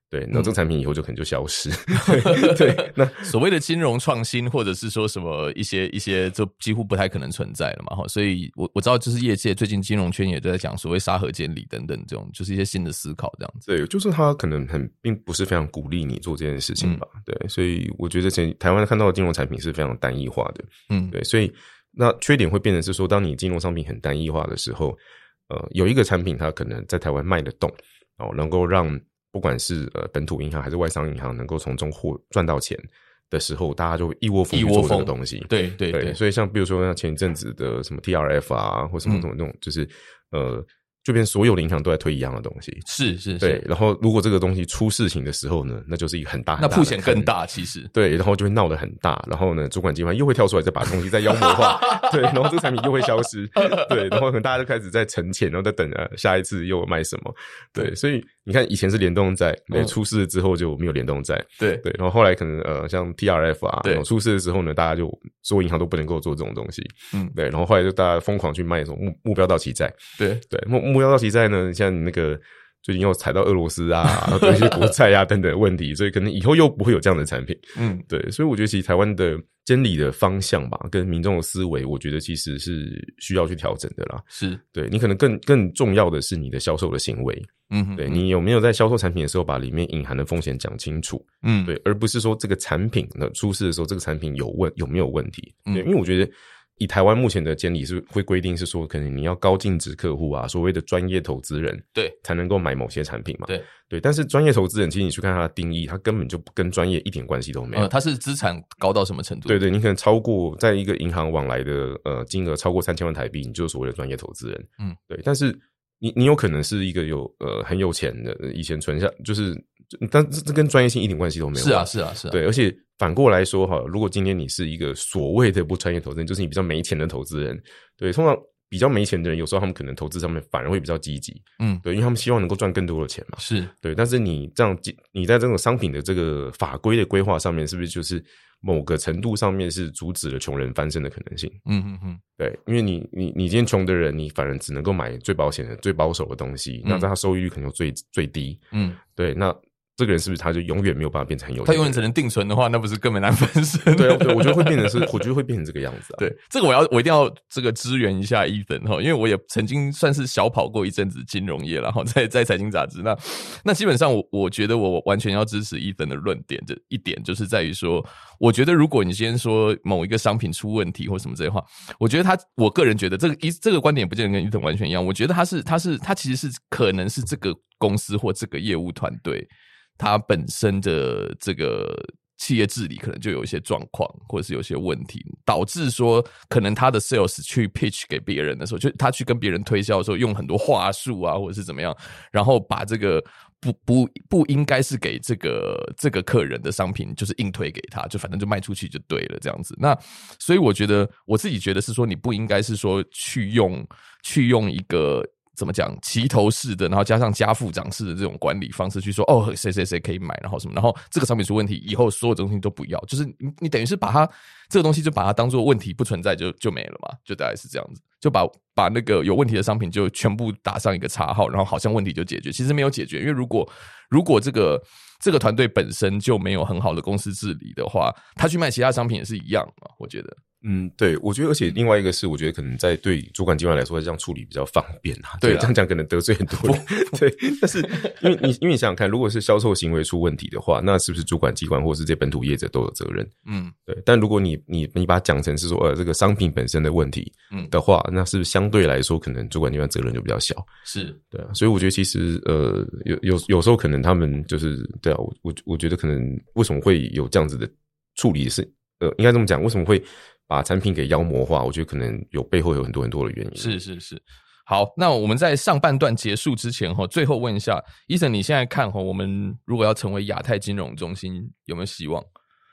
对，然后这个产品以后就可能就消失。对, 对，那所谓的金融创新，或者是说什么一些一些，就几乎不太可能存在了嘛。所以我我知道，就是业界最近金融圈也都在讲所谓沙盒监理等等这种，就是一些新的思考这样子。 对，就是他可能很并不是非常鼓励你做这件事情吧。嗯、对，所以我觉得台湾看到的金融产品是非常单一化的。嗯，对，所以那缺点会变成是说，当你金融商品很单一化的时候，呃，有一个产品它可能在台湾卖得动，哦，能够让不管是呃本土银行还是外商银行能够从中获赚到钱的时候，大家就一窝蜂去做这个东西。 对对 对, 对，所以像比如说像前一阵子的什么 T R F 啊，或什么什么那种，嗯、就是呃。就变所有的银行都在推一样的东西， 是是是， 对。然后如果这个东西出事情的时候呢，那就是一个很大很大的， 那风险更大，其实对，然后就会闹得很大。然后呢，主管机关又会跳出来再把东西再妖魔化，对，然后这个产品又会消失，对，然后可能大家就开始在沉潜，然后再等着下一次又卖什么，对。所以你看，以前是联动债，对，出事之后就没有联动债， 对对。然后后来可能呃像 T R F 啊，对，出事的时候呢，大家就所有银行都不能够做这种东西，嗯，对。然后后来就大家疯狂去卖这种目目标到期债， 对对， 目目标到期债呢。像你那个最近又踩到俄罗斯啊，然后一些国债啊等等的问题，所以可能以后又不会有这样的产品。嗯，对，所以我觉得其实台湾的监理的方向吧，跟民众的思维，我觉得其实是需要去调整的啦。 是，对， 你可能更更重要的是你的销售的行为。嗯哼，对，你有没有在销售产品的时候把里面隐含的风险讲清楚？嗯，对，而不是说这个产品呢出事的时候，这个产品有问有没有问题？对，因为我觉得。以台湾目前的监理是会规定是说，可能你要高净值客户啊，所谓的专业投资人， 对， 才能够买某些产品嘛。 对对，但是专业投资人，其实你去看它的定义，它根本就跟专业一点关系都没有。 呃，它是资产高到什么程度？ 对对，你可能超过在一个银行往来的呃金额超过三千万台币，你就是所谓的专业投资人。嗯，对，但是你你有可能是一个有呃很有钱的，以前存下就是，但这跟专业性一点关系都没有。 是啊是啊是啊， 对，而且。反过来说哈，如果今天你是一个所谓的不专业投资人，就是你比较没钱的投资人，对，通常比较没钱的人，有时候他们可能投资上面反而会比较积极，嗯，对，因为他们希望能够赚更多的钱嘛， 是对。但是你这样，你在这种商品的这个法规的规划上面，是不是就是某个程度上面是阻止了穷人翻身的可能性？嗯嗯嗯，对，因为你你你今天穷的人，你反而只能够买最保险的、最保守的东西，嗯、那他收益率可能就最最低，嗯，对，那。这个人是不是他就永远没有办法变成很有钱？ 他永远只能定存的话，那不是根本难翻身？ 对对，我觉得会变成是，我觉得会变成这个样子啊。 对，这个我要我一定要这个支援一下 Ethan 哈，因为我也曾经算是小跑过一阵子金融业，然后在在财经杂志。那那基本上我我觉得我完全要支持 Ethan 的论点，这一点就是在于说，我觉得如果你今天说某一个商品出问题或什么这些话，我觉得他，我个人觉得这个一这个观点不见得跟 Ethan 完全一样。我觉得他是他是他其实是可能是这个公司或这个业务团队。它本身的这个企业治理可能就有一些状况，或者是有些问题，导致说可能他的 sales 去 pitch 给别人的时候，就他去跟别人推销的时候，用很多话术啊，或者是怎么样，然后把这个不不不应该是给这个这个客人的商品，就是硬推给他，就反正就卖出去就对了这样子。那所以我觉得我自己觉得是说，你不应该是说去用去用一个。怎么讲？齐头式的，然后加上家父长式的这种管理方式去说，哦，谁谁谁可以买，然后什么，然后这个商品出问题，以后所有东西都不要，就是你你等于是把它这个东西就把它当做问题不存在就就没了嘛，就大概是这样子，就把把那个有问题的商品就全部打上一个叉号，然后好像问题就解决，其实没有解决，因为如果如果这个这个团队本身就没有很好的公司治理的话，他去卖其他商品也是一样嘛，我觉得。 嗯，对，我觉得，而且另外一个是，我觉得可能在对主管机关来说，这样处理比较方便啊。对，这样讲可能得罪很多人。对，但是因为你因为你想想看，如果是销售行为出问题的话，那是不是主管机关或者是这本土业者都有责任？嗯，对。但如果你你你把它讲成是说，呃，这个商品本身的问题的话，嗯、那是不是相对来说，可能主管机关责任就比较小？ 是， 对啊。所以我觉得其实呃，有有有时候可能他们就是对啊，我我我觉得可能为什么会有这样子的处理是呃，应该这么讲，为什么会？把产品给妖魔化，我觉得可能有背后有很多很多的原因。 是是是，好，那我们在上半段结束之前哈，最后问一下，Ethan，你现在看哈，我们如果要成为亚太金融中心，有没有希望？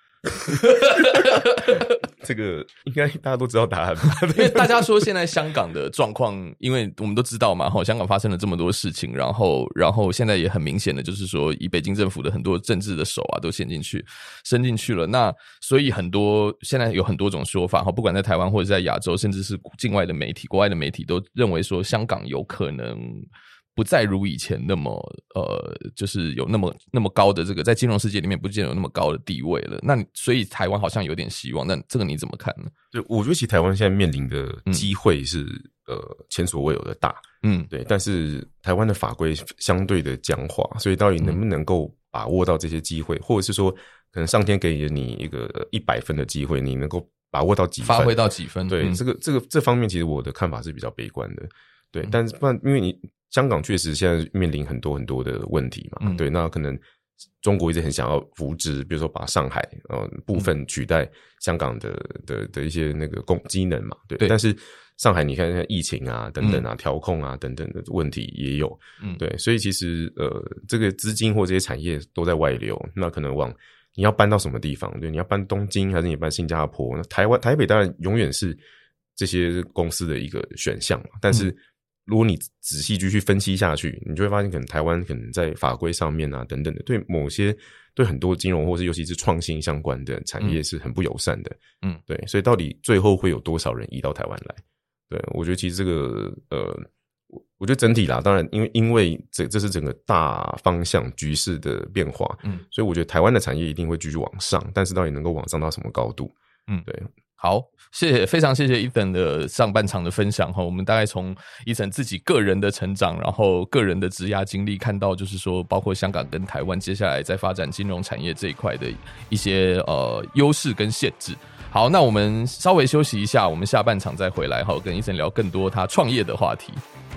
这个应该大家都知道答案吧？ 因为大家说现在香港的状况，因为我们都知道嘛，香港发生了这么多事情，然后然后现在也很明显的就是说，以北京政府的很多政治的手啊，都陷进去、伸进去了。那所以很多现在有很多种说法，不管在台湾或者在亚洲，甚至是境外的媒体、国外的媒体都认为说，香港有可能不再如以前那么呃，就是有那么那么高的这个在金融世界里面不见有那么高的地位了。那所以台湾好像有点希望，那这个你怎么看呢？ 对，我觉得其实台湾现在面临的机会是、嗯、呃前所未有的大，嗯，对。但是台湾的法规相对的僵化，所以到底能不能够把握到这些机会，或者是说可能上天给了你一个一百分的机会，你能够把握到几分， 发挥到几分？ 对， 嗯、 这个这个这方面，其实我的看法是比较悲观的。对，嗯、但是不然，因为你香港确实现在面临很多很多的问题嘛，嗯、对，那可能中国一直很想要扶植，比如说把上海呃部分取代香港的的的一些那个功机能嘛，对，对但是上海你看现在疫情啊等等啊、嗯、调控啊等等的问题也有，嗯，对，所以其实呃这个资金或这些产业都在外流，那可能往你要搬到什么地方？对，你要搬东京还是你搬新加坡？那台湾台北当然永远是这些公司的一个选项嘛，但是。嗯如果你仔细继续分析下去，你就会发现可能台湾可能在法规上面啊等等的，对某些对很多金融或是尤其是创新相关的产业是很不友善的。嗯，对，所以到底最后会有多少人移到台湾来？对，我觉得其实这个呃，我觉得整体啦，当然因为因为这这是整个大方向局势的变化，嗯，所以我觉得台湾的产业一定会继续往上，但是到底能够往上到什么高度？嗯，对。 好，谢谢，非常谢谢 Ethan 的上半场的分享哈。我们大概从 Ethan 自己个人的成长，然后个人的职涯经历，看到就是说，包括香港跟台湾接下来在发展金融产业这一块的一些呃优势跟限制。好，那我们稍微休息一下，我们下半场再回来哈，跟 Ethan 聊更多他创业的话题。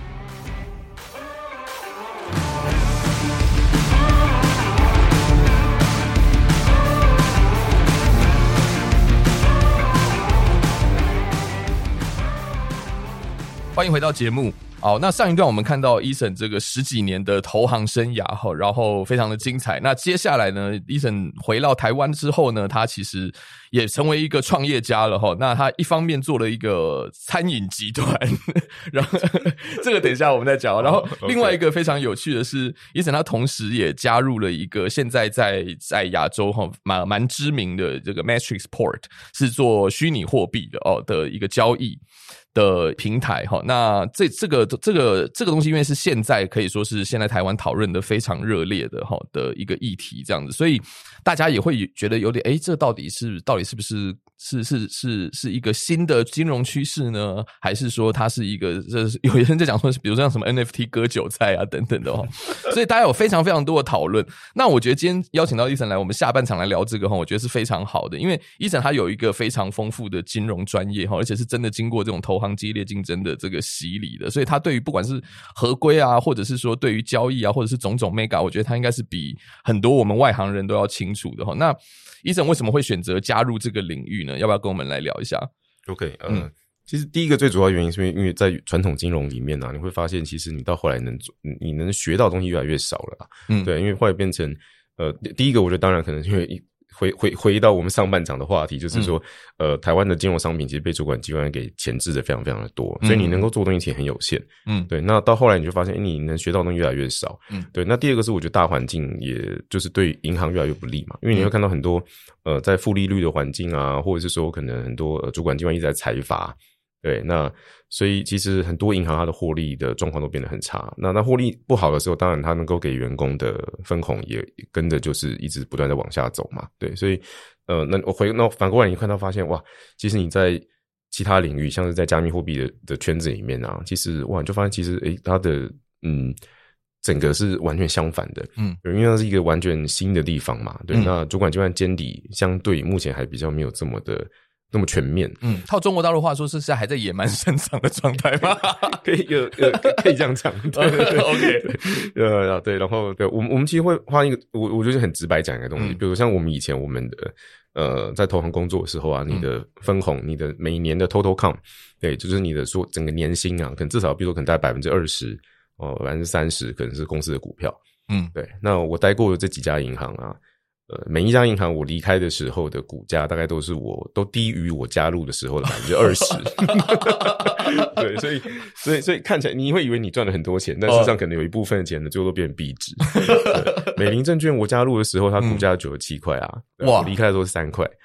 欢迎回到节目。好，那上一段我们看到 Ethan 这个十几年的投行生涯，然后非常的精彩。那接下来呢 ，Ethan 回到台湾之后呢，他其实也成为一个创业家了哈。那他一方面做了一个餐饮集团，然后这个等一下我们再讲。然后另外一个非常有趣的是 ，Ethan 他同时也加入了一个现在在在亚洲哈蛮蛮知名的这个 Matrixport， 是做虚拟货币的哦的一个交易的平台哈。那这这个这个这个东西，因为是现在可以说是现在台湾讨论的非常热烈的哈的一个议题，这样子，所以大家也会觉得有点，诶，这到底是到底是不是是是是是一个新的金融趋势呢？还是说它是一个，这有人在讲说，比如说像什么 N F T 割韭菜啊等等的哈，所以大家有非常非常多的讨论。那我觉得今天邀请到 Ethan 来，我们下半场来聊这个哈，我觉得是非常好的，因为 Ethan 他有一个非常丰富的金融专业哈，而且是真的经过这种投行激烈竞争的这个洗礼的，所以他对于不管是合规啊，或者是说对于交易啊，或者是种种 mega， 我觉得他应该是比很多我们外行人都要清楚的哈。那 Ethan 为什么会选择加入这个领域呢？要不要跟我们来聊一下 ？OK， 呃、嗯，其实第一个最主要原因是因为因为在传统金融里面啊，你会发现其实你到后来能你能学到的东西越来越少了啦。嗯，对，因为后来变成呃，第一个我觉得当然可能因为回回回到我们上半场的话题，就是说，嗯、呃，台湾的金融商品其实被主管机关给钳制的非常非常的多，所以你能够做的东西其实很有限。嗯，对。那到后来你就发现，欸、你能学到的东西越来越少。嗯，对。那第二个是我觉得大环境也就是对银行越来越不利嘛，因为你会看到很多呃在负利率的环境啊，或者是说可能很多呃主管机关一直在裁罚。对，那所以其实很多银行它的获利的状况都变得很差。那那获利不好的时候，当然它能够给员工的分红也跟着就是一直不断的往下走嘛。对，所以呃，那我回那反过来你看到发现哇，其实你在其他领域，像是在加密货币的的圈子里面啊，其实哇，你就发现其实诶，它的嗯。整个是完全相反的，嗯，因为它是一个完全新的地方嘛，对，嗯、那主管机关监理相对目前还比较没有这么的那么全面，嗯， 套中国大陆话说是现在还在野蛮生长的状态吗？ 可以有有可以这样讲，对对对 ，OK， 呃对，然后对我们我们其实会花一个，我我就是很直白讲一个东西，嗯、比如像我们以前我们的呃在投行工作的时候啊，你的分红，嗯、你的每年的 total comp， 对，就是你的说整个年薪啊，可能至少比如说可能大概百分之二十。哦，百分之三十可能是公司的股票，嗯，对。那我待过的这几家银行啊，呃，每一家银行我离开的时候的股价大概都是我都低于我加入的时候的百分之二十。对，所以所以所以看起来你会以为你赚了很多钱，但事实上可能有一部分的钱呢，最后都变成币值。美林证券我加入的时候，它股价九十七块啊，哇，我离开的时候是三块。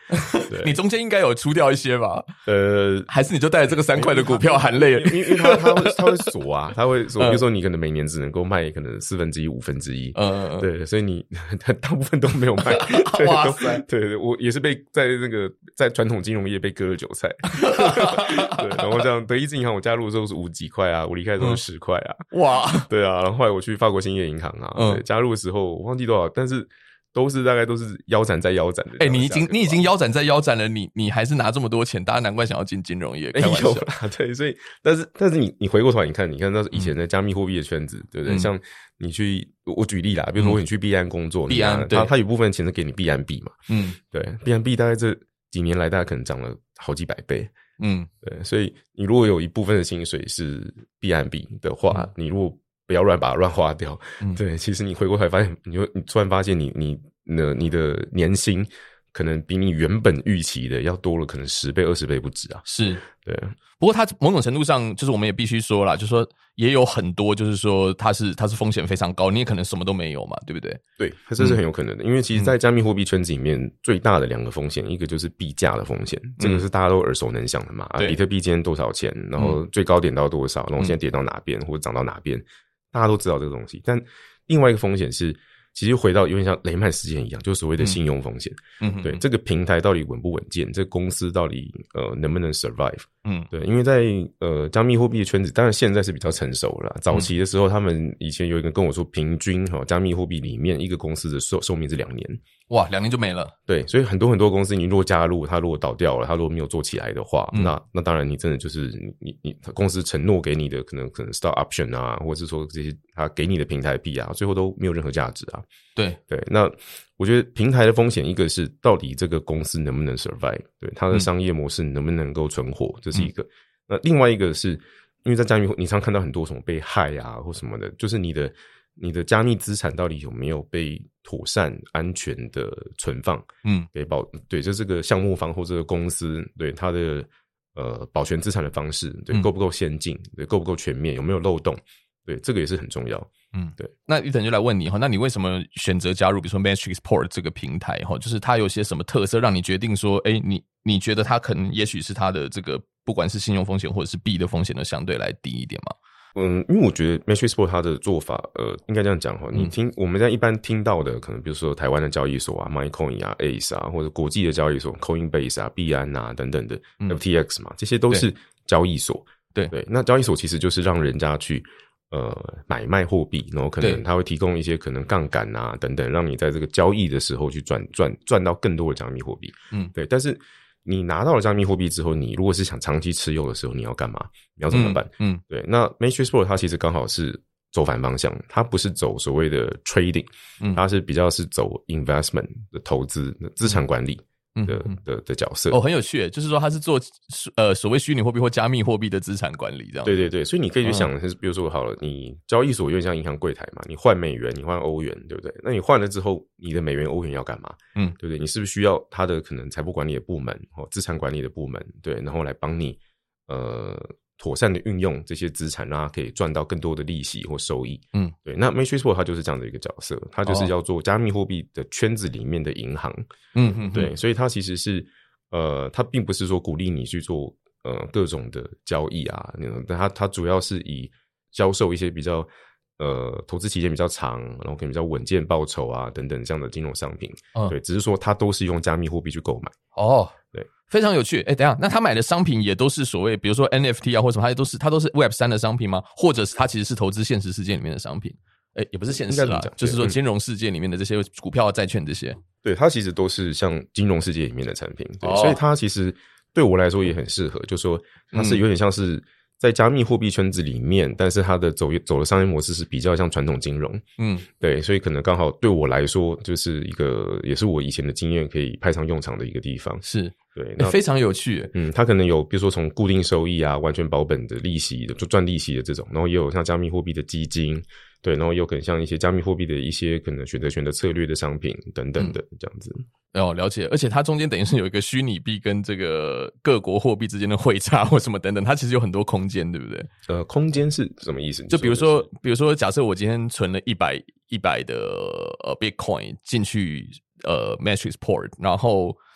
你中间应该有出掉一些吧？ 呃， 还是你就带着这个三块的股票含泪了？ 因为因为他他会他会锁啊，他会锁，比如说你可能每年只能够卖可能四分之一、五分之一，嗯，对，所以你大部分都没有卖。哇塞，对对，我也是被在那个在传统金融业被割了韭菜。对，然后像德意志银行，我加入的时候是五几块啊，我离开的时候是十块啊。哇，对啊，然后后来我去法国兴业银行啊，嗯，对，加入的时候我忘记多少，但是。都是大概都是腰斩再腰斩的。哎、 欸，你已经你已经腰斩再腰斩了，你你还是拿这么多钱，大家难怪想要进金融业。开玩笑啦，对，所以但是但是你你回过头来，你看你看那以前的加密货币的圈子，嗯、对不对？像你去我举例啦，比如说你去币安工作，币安它它有部分钱是给你币安币嘛，嗯，对，币安币大概这几年来大概可能涨了好几百倍，嗯，对，所以你如果有一部分的薪水是币安币的话，嗯、你如果不要乱把它乱花掉，嗯，对，其实你回过头来发现，你就你突然发现你你呢你的年薪可能比你原本预期的要多了，可能十倍二十倍不止啊。是，对。 不过它某种程度上，就是我们也必须说啦，就是说也有很多，就是说它是它是风险非常高，你也可能什么都没有嘛，对不对？ 对，这是很有可能的。嗯、因为其实，在加密货币圈子里面，最大的两个风险，一个就是币价的风险，这个是大家都耳熟能详的嘛。啊，比特币今天多少钱？然后最高点到多少？然后现在跌到哪边，或者涨到哪边？大家都知道这个东西。但另外一个风险是，其实回到有点像雷曼事件一样，就是所谓的信用风险。嗯，对，这个平台到底稳不稳健？这个公司到底呃能不能 survive？嗯，对，因为在呃加密货币的圈子，当然现在是比较成熟了啦。早期的时候，他们以前有一个跟我说，平均哈、哦、加密货币里面一个公司的寿寿命是两年。 哇，两年就没了。 对，所以很多很多公司，你如果加入，它如果倒掉了，它如果没有做起来的话，嗯、那那当然你真的就是你你你公司承诺给你的可能可能 stock option 啊，或者是说这些他给你的平台币啊，最后都没有任何价值啊。 对对， 那我觉得平台的风险，一个是到底这个公司能不能 survive， 对它的商业模式能不能够存活，这是一个。嗯、那另外一个是因为在加密，你常看到很多什么被害啊或什么的，就是你的你的加密资产到底有没有被妥善安全的存放，嗯，给保对，就这个项目方或这个公司对它的呃保全资产的方式，对，够不够先进，对，够不够全面，有没有漏洞，对，这个也是很重要。嗯，对。 那一等就来问你哈，那你为什么选择加入比如说 Matrixport 这个平台哈？就是它有些什么特色让你决定说，哎，你你觉得它可能也许是它的这个不管是信用风险或者是币的风险都相对来低一点吗？ 嗯，因为我觉得 Matrixport 它的做法，呃，应该这样讲哈，你听、嗯、我们在一般听到的，可能比如说台湾的交易所啊 ，MyCoin 啊 ，Ace 啊，或者国际的交易所 ，Coinbase 啊，币安啊等等的、嗯、F T X 嘛，这些都是交易所。对对，那交易所其实就是让人家去呃买卖货币，然后可能它会提供一些可能杠杆啊等等，让你在这个交易的时候去赚赚赚到更多的加密货币。嗯，对，但是你拿到了加密货币之后，你如果是想长期持有的时候，你要干嘛？你要怎么办？嗯，嗯对。那 Matrixport 它其实刚好是走反方向，它不是走所谓的 trading，、嗯、它是比较是走 investment 的投资、资产管理的、嗯、的的角色。 哦，很有趣，就是说它是做呃所谓虚拟货币或加密货币的资产管理这样。 对对对，所以你可以去想，嗯、比如说好了，你交易所有点像银行柜台嘛，你换美元，你换欧元，对不对？那你换了之后，你的美元、欧元要干嘛？嗯，对不对？你是不是需要它的可能财富管理的部门或资产管理的部门，对，然后来帮你呃妥善的运用这些资产，让它可以赚到更多的利息或收益。嗯，对。那 Matrixport 它就是这样的一个角色，它就是要做加密货币的圈子里面的银行。嗯嗯，对，所以它其实是呃，它并不是说鼓励你去做呃各种的交易啊，但它它主要是以销售一些比较呃投资期间比较长，然后可能比较稳健报酬啊等等这样的金融商品。嗯，对，只是说它都是用加密货币去购买。哦，对。 非常有趣，哎，等一下，那他买的商品也都是所谓，比如说 N F T 啊，或者什么，它都是它都是 Web 三 的商品吗？或者是它其实是投资现实世界里面的商品？哎，也不是现实啦，就是说金融世界里面的这些股票啊、债券这些。 对，它其实都是像金融世界里面的产品，对，哦、所以它其实对我来说也很适合，就是说它是有点像是在加密货币圈子里面，但是它的走走的商业模式是比较像传统金融，嗯，对，所以可能刚好对我来说就是一个，也是我以前的经验可以派上用场的一个地方， 是。 对， 那、欸、非常有趣。 嗯，它可能有，比如说从固定收益啊、完全保本的利息的，就赚利息的这种，然后也有像加密货币的基金，对，然后也有可能像一些加密货币的一些可能选择权的策略的商品等等的、嗯、这样子。 哦，了解。而且它中间等于是有一个虚拟币跟这个各国货币之间的汇差或什么等等，它其实有很多空间，对不对？ 呃，空间是什么意思？ 就比如说，比如说，假设我今天存了一百一百的呃 Bitcoin 进去呃 Matrixport， 然后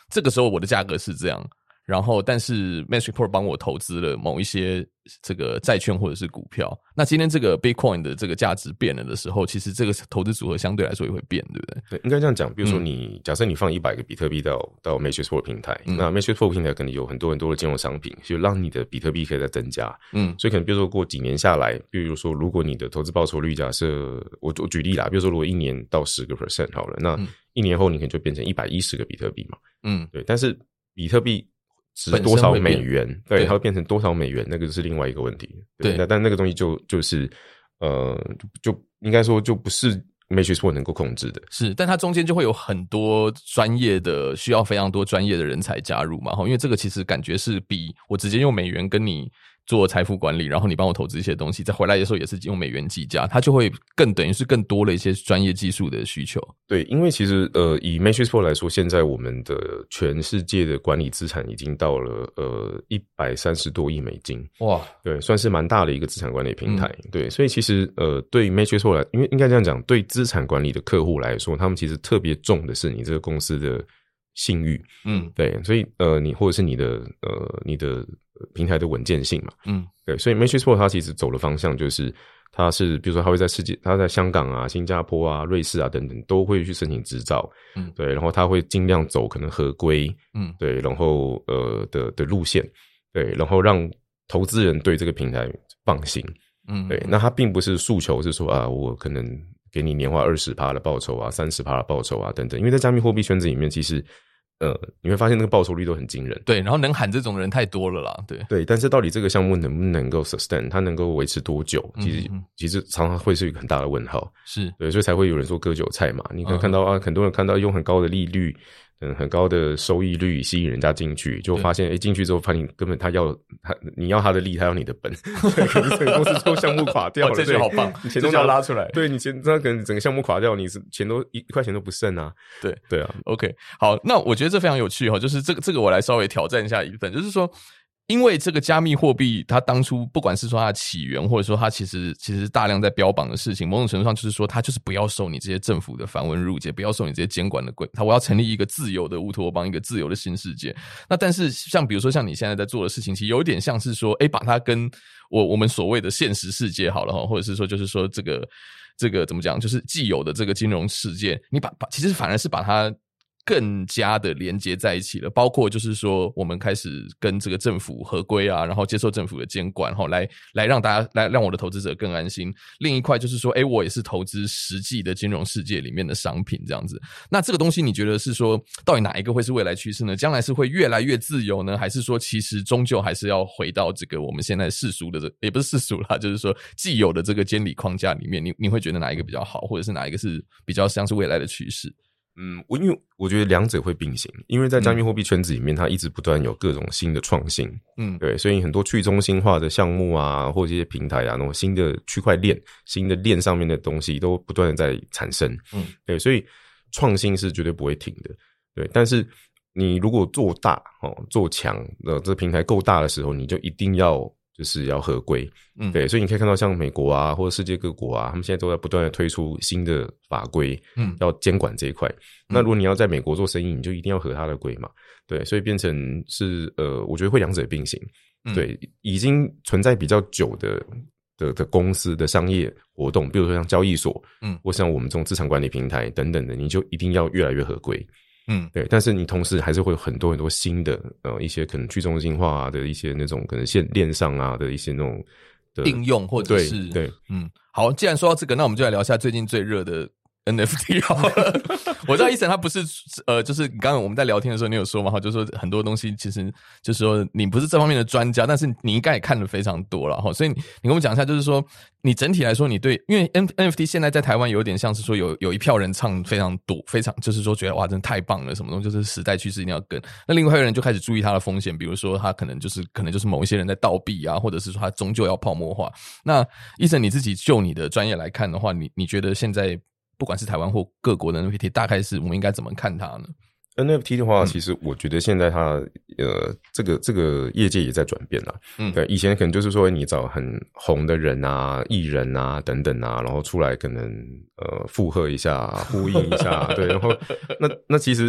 这个时候我的价格是这样。然后，但是 Matrixport 帮我投资了某一些这个债券或者是股票。那今天这个 Bitcoin 的这个价值变了的时候，其实这个投资组合相对来说也会变，对不对？ 对，应该这样讲。比如说你，你、嗯、假设你放一百个比特币到到 Matrixport 平台，嗯、那 Matrixport 平台可能有很多很多的金融商品，就让你的比特币可以再增加。嗯，所以可能比如说过几年下来，比如说如果你的投资报酬率假设我我举例啦，比如说如果一年到十个 percent 好了，那一年后你可能就变成一百一十个比特币嘛。嗯，对。但是比特币值多少美元？对，它会变成多少美元？那个是另外一个问题。对，对那但那个东西就就是呃，就就应该说就不是 Matrixport 能够控制的。 是，但它中间就会有很多专业的，需要非常多专业的人才加入嘛。因为这个其实感觉是比我直接用美元跟你做财富管理，然后你帮我投资一些东西，再回来的时候也是用美元计价，它就会更等于是更多了一些专业技术的需求。 对，因为其实呃，以 Matrixport 来说，现在我们的全世界的管理资产已经到了呃一百三十多亿美金，哇，对，算是蛮大的一个资产管理平台。嗯、对，所以其实呃，对 Matrixport 来，因为应该这样讲，对资产管理的客户来说，他们其实特别重的是你这个公司的信誉，嗯，对，所以呃，你或者是你的呃，你的平台的稳健性嘛，嗯，对，所以 Matrixport 它其实走的方向就是，它是比如说它会在世界，它在香港啊、新加坡啊、瑞士啊等等都会去申请执照，嗯，对，然后它会尽量走可能合规，嗯，对，然后呃的的路线，对，然后让投资人对这个平台放心，嗯，对，那它并不是诉求是说啊，我可能给你年化 百分之二十 的报酬啊 百分之三十 的报酬啊等等，因为在加密货币圈子里面其实呃，你会发现那个报酬率都很惊人。 对，然后能喊这种的人太多了啦。对对，但是到底这个项目能不能够 sustain， 它能够维持多久？其实、嗯、其实常常会是一个很大的问号。 是对，所以才会有人说割韭菜嘛。你可以看到、嗯、啊，很多人看到用很高的利率。嗯，很高的收益率吸引人家进去，就发现诶进去之后发现根本他要他你要他的利，他要你的本，对，可能整个公司最后项目垮掉了， 哦、这句好棒， 你钱都要拉出来，对你钱那可能整个项目垮掉，你是钱都一一块钱都不剩啊， 对对啊 ，OK， 好，那我觉得这非常有趣哈，就是这个这个我来稍微挑战一下一份，就是说。因为这个加密货币，它当初不管是说它的起源，或者说它其实其实大量在标榜的事情，某种程度上就是说，它就是不要受你这些政府的繁文缛节，不要受你这些监管的规，它我要成立一个自由的乌托邦，一个自由的新世界。那但是像比如说像你现在在做的事情，其实有点像是说，诶，把它跟我我们所谓的现实世界好了哈，或者是说就是说这个这个怎么讲，就是既有的这个金融世界，你把把其实反而是把它。更加的连接在一起了，包括就是说我们开始跟这个政府合规啊，然后接受政府的监管，然后来来让大家来让我的投资者更安心。另一块就是说，诶，我也是投资实际的金融世界里面的商品这样子。那这个东西你觉得是说，到底哪一个会是未来趋势呢？将来是会越来越自由呢，还是说其实终究还是要回到这个我们现在世俗的这也不是世俗啦，就是说既有的这个监理框架里面，你你会觉得哪一个比较好，或者是哪一个是比较像是未来的趋势？ 嗯，我因为我觉得两者会并行，因为在加密货币圈子里面，它一直不断有各种新的创新，嗯，对，所以很多去中心化的项目啊，或者一些平台啊，那种新的区块链、新的链上面的东西都不断的在产生，嗯，对，所以创新是绝对不会停的，对，但是你如果做大哦，做强，呃，这个平台够大的时候，你就一定要。就是要合规，嗯，对，所以你可以看到像美国啊，或者世界各国啊，他们现在都在不断的推出新的法规，嗯，要监管这一块。嗯、那如果你要在美国做生意，你就一定要合它的规嘛，对，所以变成是呃，我觉得会两者并行，嗯、对，已经存在比较久的的的公司的商业活动，比如说像交易所，嗯，或像我们这种资产管理平台等等的，你就一定要越来越合规。嗯，对，但是你同时还是会有很多很多新的呃一些可能去中心化的一些那种可能线链上啊的一些那种的应用或者是对, 对嗯，好，既然说到这个，那我们就来聊一下最近最热的 N F T 好了。我知道Ethan他不是呃，就是刚刚我们在聊天的时候，你有说嘛，哈，就是说很多东西其实就是说你不是这方面的专家，但是你应该也看了非常多了哈。所以你跟我们讲一下，就是说你整体来说，你对，因为 N F T 现在在台湾有点像是说有有一票人唱非常多，非常就是说觉得哇，真的太棒了，什么东西就是时代趋势一定要跟。那另外一个人就开始注意它的风险，比如说他可能就是可能就是某一些人在盗币啊，或者是说他终究要泡沫化。那Ethan你自己就你的专业来看的话，你你觉得现在？不管是台湾或各国的 N F T， 大概是我们应该怎么看它呢 ？N F T 的话，其实我觉得现在它呃，这个这个业界也在转变啦。嗯，对，以前可能就是说你找很红的人啊、艺人啊等等啊，然后出来可能呃附和一下、呼应一下，对，然后那那其实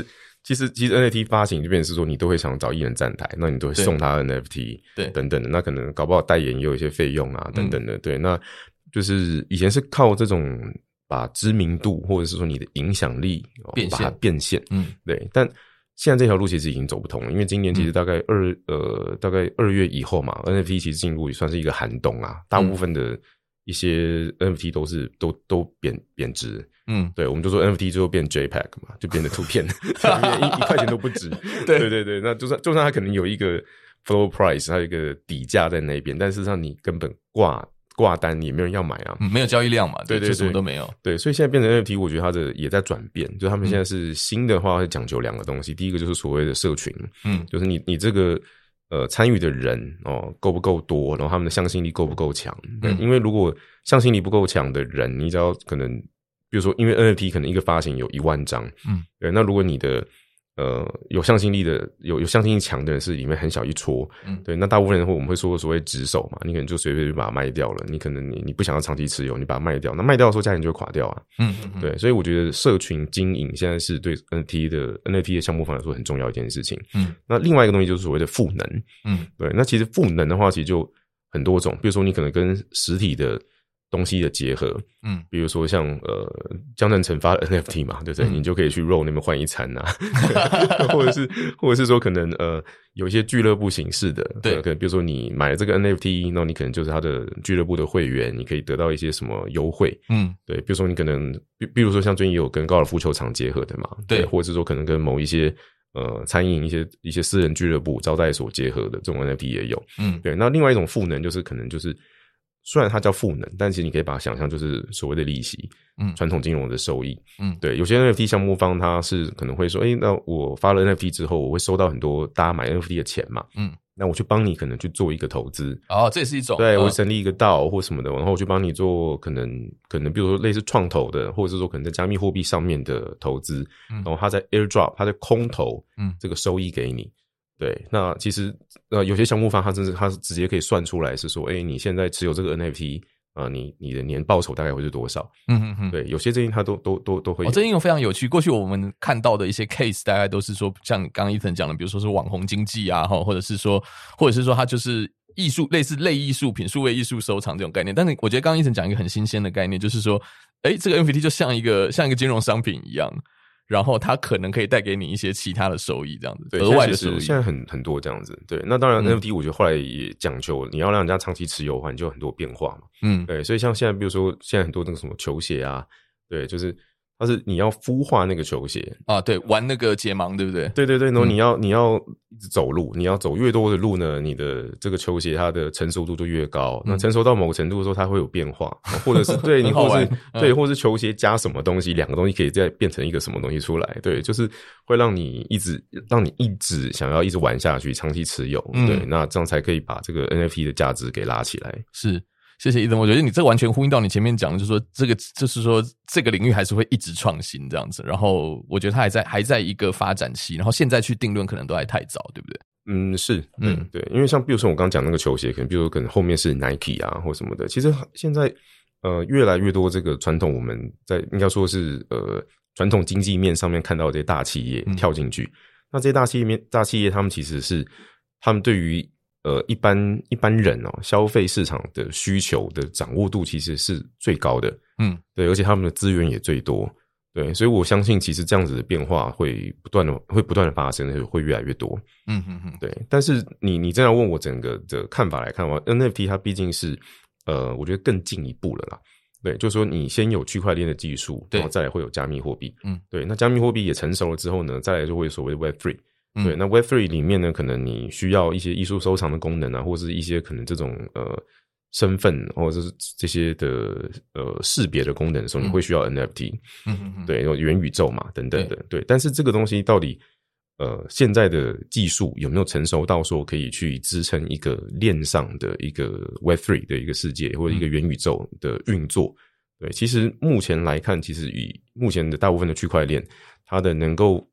其实其实 N F T 发行就变成是说，你都会想找艺人站台，那你都会送他 N F T， 对，等等的，那可能搞不好代言也有一些费用啊，等等的，嗯、对，那就是以前是靠这种把知名度或者是说你的影响力变现，把它变现，嗯，对，但现在这条路其实已经走不通了，因为今年其实大概二、嗯、呃大概二月以后嘛 ，N F T 其实进入也算是一个寒冬啊，大部分的一些 N F T 都是都都贬贬值。嗯，对，我们就说 N F T 最后变 JPEG 嘛，就变成图片，一一块钱都不值。对对对对，那就算就算它可能有一个 floor price， 它有一个底价在那边，但事实上你根本挂挂单也没有人要买啊， 嗯、没有交易量嘛， 对对对， 就什么都没有。 对，所以现在变成 N F T， 我觉得它的也在转变，就他们现在是新的话会讲究两个东西，第一个就是所谓的社群，嗯，就是你你这个呃参与的人哦够不够多，然后他们的向心力够不够强？对，嗯、因为如果向心力不够强的人，你只要可能。比如说，因为 N F T 可能一个发行有一万张，嗯，对，那如果你的呃有向心力的、有有向心力强的人是里面很小一撮，嗯，对，那大部分人会我们会说所谓直手嘛，你可能就随便就把它卖掉了，你可能你你不想要长期持有，你把它卖掉，那卖掉的时候价钱就会垮掉啊，嗯嗯嗯，对，所以我觉得社群经营现在是对 N F T 的 N F T 的项目方来说很重要一件事情，嗯，那另外一个东西就是所谓的赋能，嗯，对，那其实赋能的话，其实就很多种，比如说你可能跟实体的东西的结合，嗯，比如说像呃江南成发的 N F T 嘛，对不对？嗯、你就可以去 roll 那边换一餐啊，或者是或者是说可能呃有一些俱乐部形式的，对，可能比如说你买了这个 N F T， 那你可能就是他的俱乐部的会员，你可以得到一些什么优惠，嗯，对，比如说你可能比比如说像最近也有跟高尔夫球场结合的嘛，对，或者是说可能跟某一些呃餐饮一些一些私人俱乐部招待所结合的这种 N F T 也有，嗯，对，那另外一种赋能就是可能就是。虽然它叫赋能，但其实你可以把它想象就是所谓的利息，嗯，传统金融的收益，嗯，对，有些 N F T 项目方他是可能会说，诶，那我发了 N F T 之后，我会收到很多大家买 N F T 的钱嘛，嗯，那我去帮你可能去做一个投资， 哦，这也是一种， 对，我成立一个 D A O 或什么的，然后我去帮你做可能可能比如说类似创投的，或者是说可能在加密货币上面的投资，嗯，然后他在 airdrop， 他在空投，嗯，这个收益给你。对，那其实呃有些项目方他真是他直接可以算出来是说，诶，你现在持有这个 N F T 啊、呃，你你的年报酬大概会是多少？嗯嗯嗯，对，有些这些他都都都都会有。 哦，这应用非常有趣。过去我们看到的一些 case 大概都是说，像刚刚 Ethan 讲的，比如说是网红经济啊，或者是说，或者是说它就是艺术类似类艺术品、数位艺术收藏这种概念。但是我觉得刚刚 Ethan 讲一个很新鲜的概念，就是说，诶，这个 N F T 就像一个像一个金融商品一样。然后它可能可以带给你一些其他的收益，这样子，额外的收益。 现在很很多这样子，对。那当然 ，N F T 我觉得后来也讲究，你要让人家长期持有的话，你就有很多变化嘛。嗯，对。所以像现在，比如说现在很多那个什么球鞋啊，对，就是它是你要孵化那个球鞋啊，对，玩那个解盲，对不对？ 对对对，然后你要、嗯、你要一直走路，你要走越多的路呢，你的这个球鞋它的成熟度就越高。嗯、那成熟到某个程度的时候，它会有变化，或者是对你，或是、嗯、对，或是球鞋加什么东西，两个东西可以再变成一个什么东西出来。对，就是会让你一直让你一直想要一直玩下去，长期持有。嗯、对，那这样才可以把这个 N F T 的价值给拉起来。 是。谢谢Ethan，我觉得你这完全呼应到你前面讲的，就是说这个就是说这个领域还是会一直创新这样子，然后我觉得它还在还在一个发展期，然后现在去定论可能都还太早，对不对？ 嗯，是，嗯，对，因为像比如说我刚刚讲那个球鞋，可能比如说可能后面是 Nike 啊或什么的，其实现在呃越来越多这个传统我们在应该说是呃传统经济面上面看到的这些大企业跳进去，嗯、那这些大企业面大企业他们其实是他们对于呃，一般一般人哦，消费市场的需求的掌握度其实是最高的，嗯，对，而且他们的资源也最多，对，所以我相信其实这样子的变化会不断的会不断的发生，会越来越多，嗯嗯嗯，对。但是你你这样问我整个的看法来看的话 ，N F T 它毕竟是呃，我觉得更进一步了啦，对，就是说你先有区块链的技术，然后再来会有加密货币，嗯，对，那加密货币也成熟了之后呢，再来就会有所谓的 Web 三。对，那 Web 三 里面呢，可能你需要一些艺术收藏的功能啊，或者是一些可能这种呃身份或者是这些的呃识别的功能的时候，你会需要 N F T，嗯嗯嗯，对，有元宇宙嘛等等的，对。但是这个东西到底呃现在的技术有没有成熟到说可以去支撑一个链上的一个 Web 三 的一个世界或者一个元宇宙的运作？对，其实目前来看，其实以目前的大部分的区块链，它的能够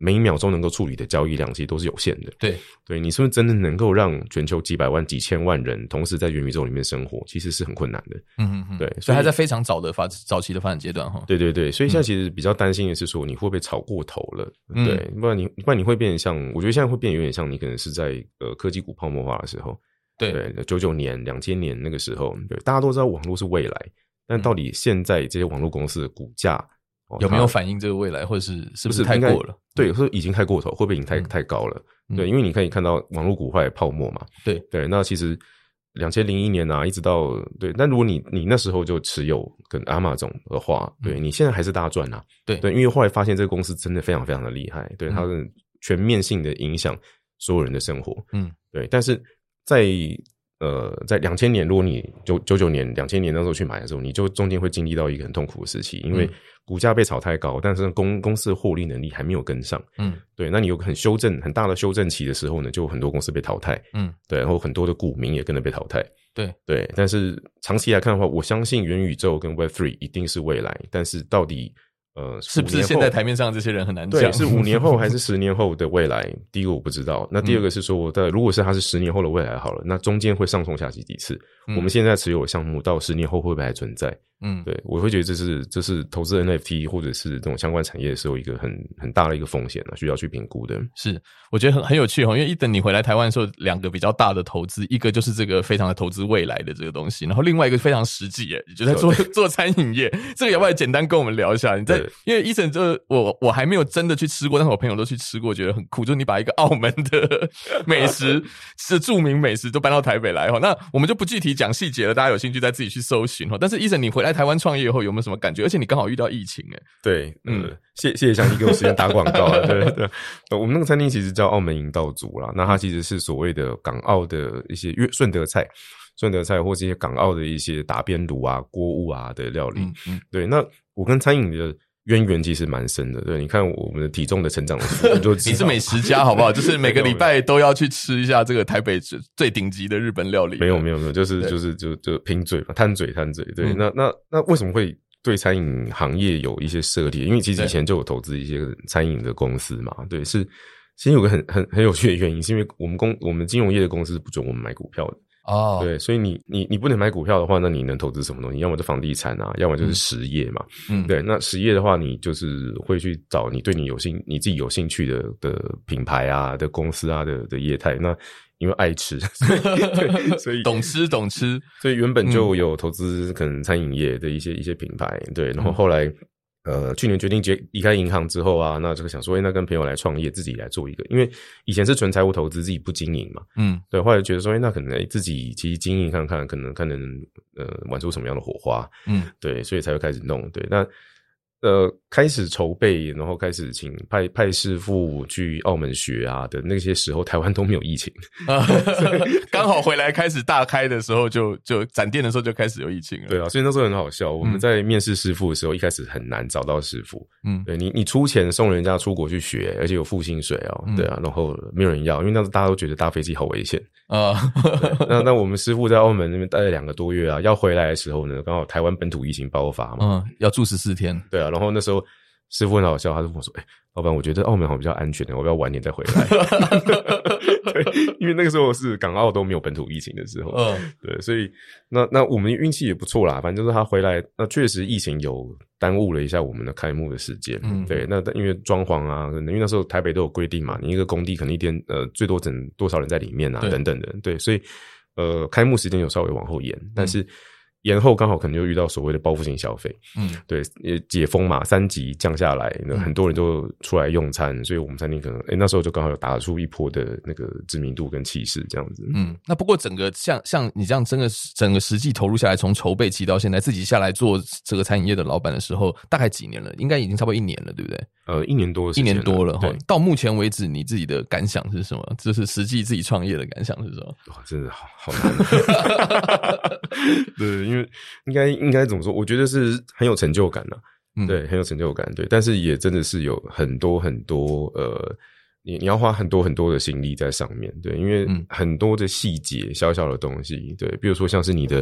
每一秒钟能够处理的交易量其实都是有限的。 对对，你是不是真的能够让全球几百万几千万人同时在元宇宙里面生活，其实是很困难的。 嗯嗯嗯， 对， 所以还在非常早的发早期的发展阶段哈。 对对对，所以现在其实比较担心的是说你会不会炒过头了。嗯、对，不然你不然你会变得像，我觉得现在会变得有点像你可能是在呃科技股泡沫化的时候。对对，九九年、两千年那个时候，对，大家都知道网络是未来，但到底现在这些网络公司的股价、 哦、有没有反映这个未来，或者是是不是太过了？ 对，有时候已经太过头，会不会已经太、嗯、太高了？对，因为你可以看到网络股后来泡沫嘛。 对对，那其实两千零一年啊，一直到对，但如果你你那时候就持有跟 Amazon 的话，对、嗯、你现在还是大赚啊。 对对，因为后来发现这个公司真的非常非常的厉害，对，它是全面性的影响所有人的生活。嗯，对，但是在呃，在两千年，如果你九九九年、两千年那时候去买的时候，你就中间会经历到一个很痛苦的时期，因为股价被炒太高，但是公公司的获利能力还没有跟上。嗯，对，那你有个很修正、很大的修正期的时候呢，就很多公司被淘汰。嗯，对，然后很多的股民也跟着被淘汰。 对对，但是长期来看的话，我相信元宇宙跟 Web 三 一定是未来，但是到底。呃， 是不是现在台面上这些人很难讲？ 对，是五年后还是十年后的未来？第一个我不知道。那第二个是说，我的如果是它是十年后的未来好了，那中间会上冲下洗几次？嗯、我们现在持有的项目到十年后会不会还存在？嗯，对，我会觉得这是这是投资 N F T 或者是这种相关产业的时候一个很很大的一个风险啊，需要去评估的。 是，我觉得很很有趣哦，因为一等你回来台湾的时候，两个比较大的投资，一个就是这个非常的投资未来的这个东西，然后另外一个非常实际耶，就在做做餐饮业。这个要不要简单跟我们聊一下？你在因为Eason就我我还没有真的去吃过，但是我朋友都去吃过，觉得很酷。就是你把一个澳门的美食是著名美食都搬到台北来哈，那我们就不具体讲细节了，大家有兴趣再自己去搜寻哈。但是Eason你回来台湾创业以后有没有什么感觉？而且你刚好遇到疫情诶。 对，嗯，谢谢谢祥基给我时间打广告啊。对对，我们那个餐厅其实叫澳门银道族啦，那它其实是所谓的港澳的一些顺德菜。顺德菜或是一些港澳的一些打边炉啊、锅物啊的料理。嗯嗯，对，那我跟餐饮的渊源其实蛮深的。对，你看我们的体重的成长的速度就知道你是美食家好不好？就是每个礼拜都要去吃一下这个台北最顶级的日本料理。 没有没有没有，就是就是就就拼嘴嘛，贪嘴贪嘴。对，嗯、那那那为什么会对餐饮行业有一些涉猎？因为其实以前就有投资一些餐饮的公司嘛。对，是其实有个很很很有趣的原因，是因为我们公我们金融业的公司不准我们买股票的。哦，对，所以你你你不能买股票的话，那你能投资什么东西？要么就房地产啊，要么就是实业嘛。嗯，对，那实业的话，你就是会去找你对你有兴、你自己有兴趣的的品牌啊、的公司啊的的业态。那因为爱吃，所以所以懂吃懂吃， 所以原本就有投资可能餐饮业的一些一些品牌，对，然后后来。呃，去年决定离开银行之后啊，那这个想说，哎、欸，那跟朋友来创业，自己来做一个，因为以前是纯财务投资，自己不经营嘛，嗯，对，后来觉得说，哎、欸，那可能、欸、自己其实经营看看，可能看能呃玩出什么样的火花，嗯，对，所以才会开始弄，对，那呃开始筹备，然后开始请派派师傅去澳门学啊的那些时候，台湾都没有疫情， 刚好回来开始大开的时候就，就就展店的时候就开始有疫情了， 对啊，所以那时候很好笑，我们在面试师傅的时候，一开始很难找到师傅，嗯，对你你出钱送人家出国去学，而且有付薪水哦，嗯、对啊，然后没有人要，因为那时候大家都觉得搭飞机好危险啊，那那我们师傅在澳门那边待了两个多月啊，要回来的时候呢，刚好台湾本土疫情爆发嘛， 嗯，要住十四天， 对啊。然后那时候师傅很好笑，他就跟我说：“哎、欸，老板，我觉得澳门好像比较安全的，我要晚点再回来。”对，因为那个时候是港澳都没有本土疫情的时候，嗯，对，所以那那我们运气也不错啦。反正就是他回来，那确实疫情有耽误了一下我们的开幕的时间。嗯，对，那因为装潢啊，因为那时候台北都有规定嘛，你一个工地可能一天呃最多整多少人在里面啊，等等的，对，所以呃开幕时间有稍微往后延，但是。嗯延后刚好可能就遇到所谓的报复性消费，嗯，对，也解封嘛，三级降下来，那很多人都出来用餐，嗯、所以我们餐厅可能，诶、欸，那时候就刚好有打出一波的那个知名度跟气势，这样子。 嗯，那不过整个像像你这样整个整个实际投入下来，从筹备期到现在自己下来做这个餐饮业的老板的时候，大概几年了？应该已经差不多一年了，对不对？ 呃，一年多的时间，一年多了哈。到目前为止，你自己的感想是什么？就是实际自己创业的感想是什么？ 哇，真的好好难。对，因为应该应该怎么说？我觉得是很有成就感的、啊嗯，对，很有成就感，对。但是也真的是有很多很多呃，你你要花很多很多的心力在上面，对，因为很多的细节、小小的东西，对，比如说像是你的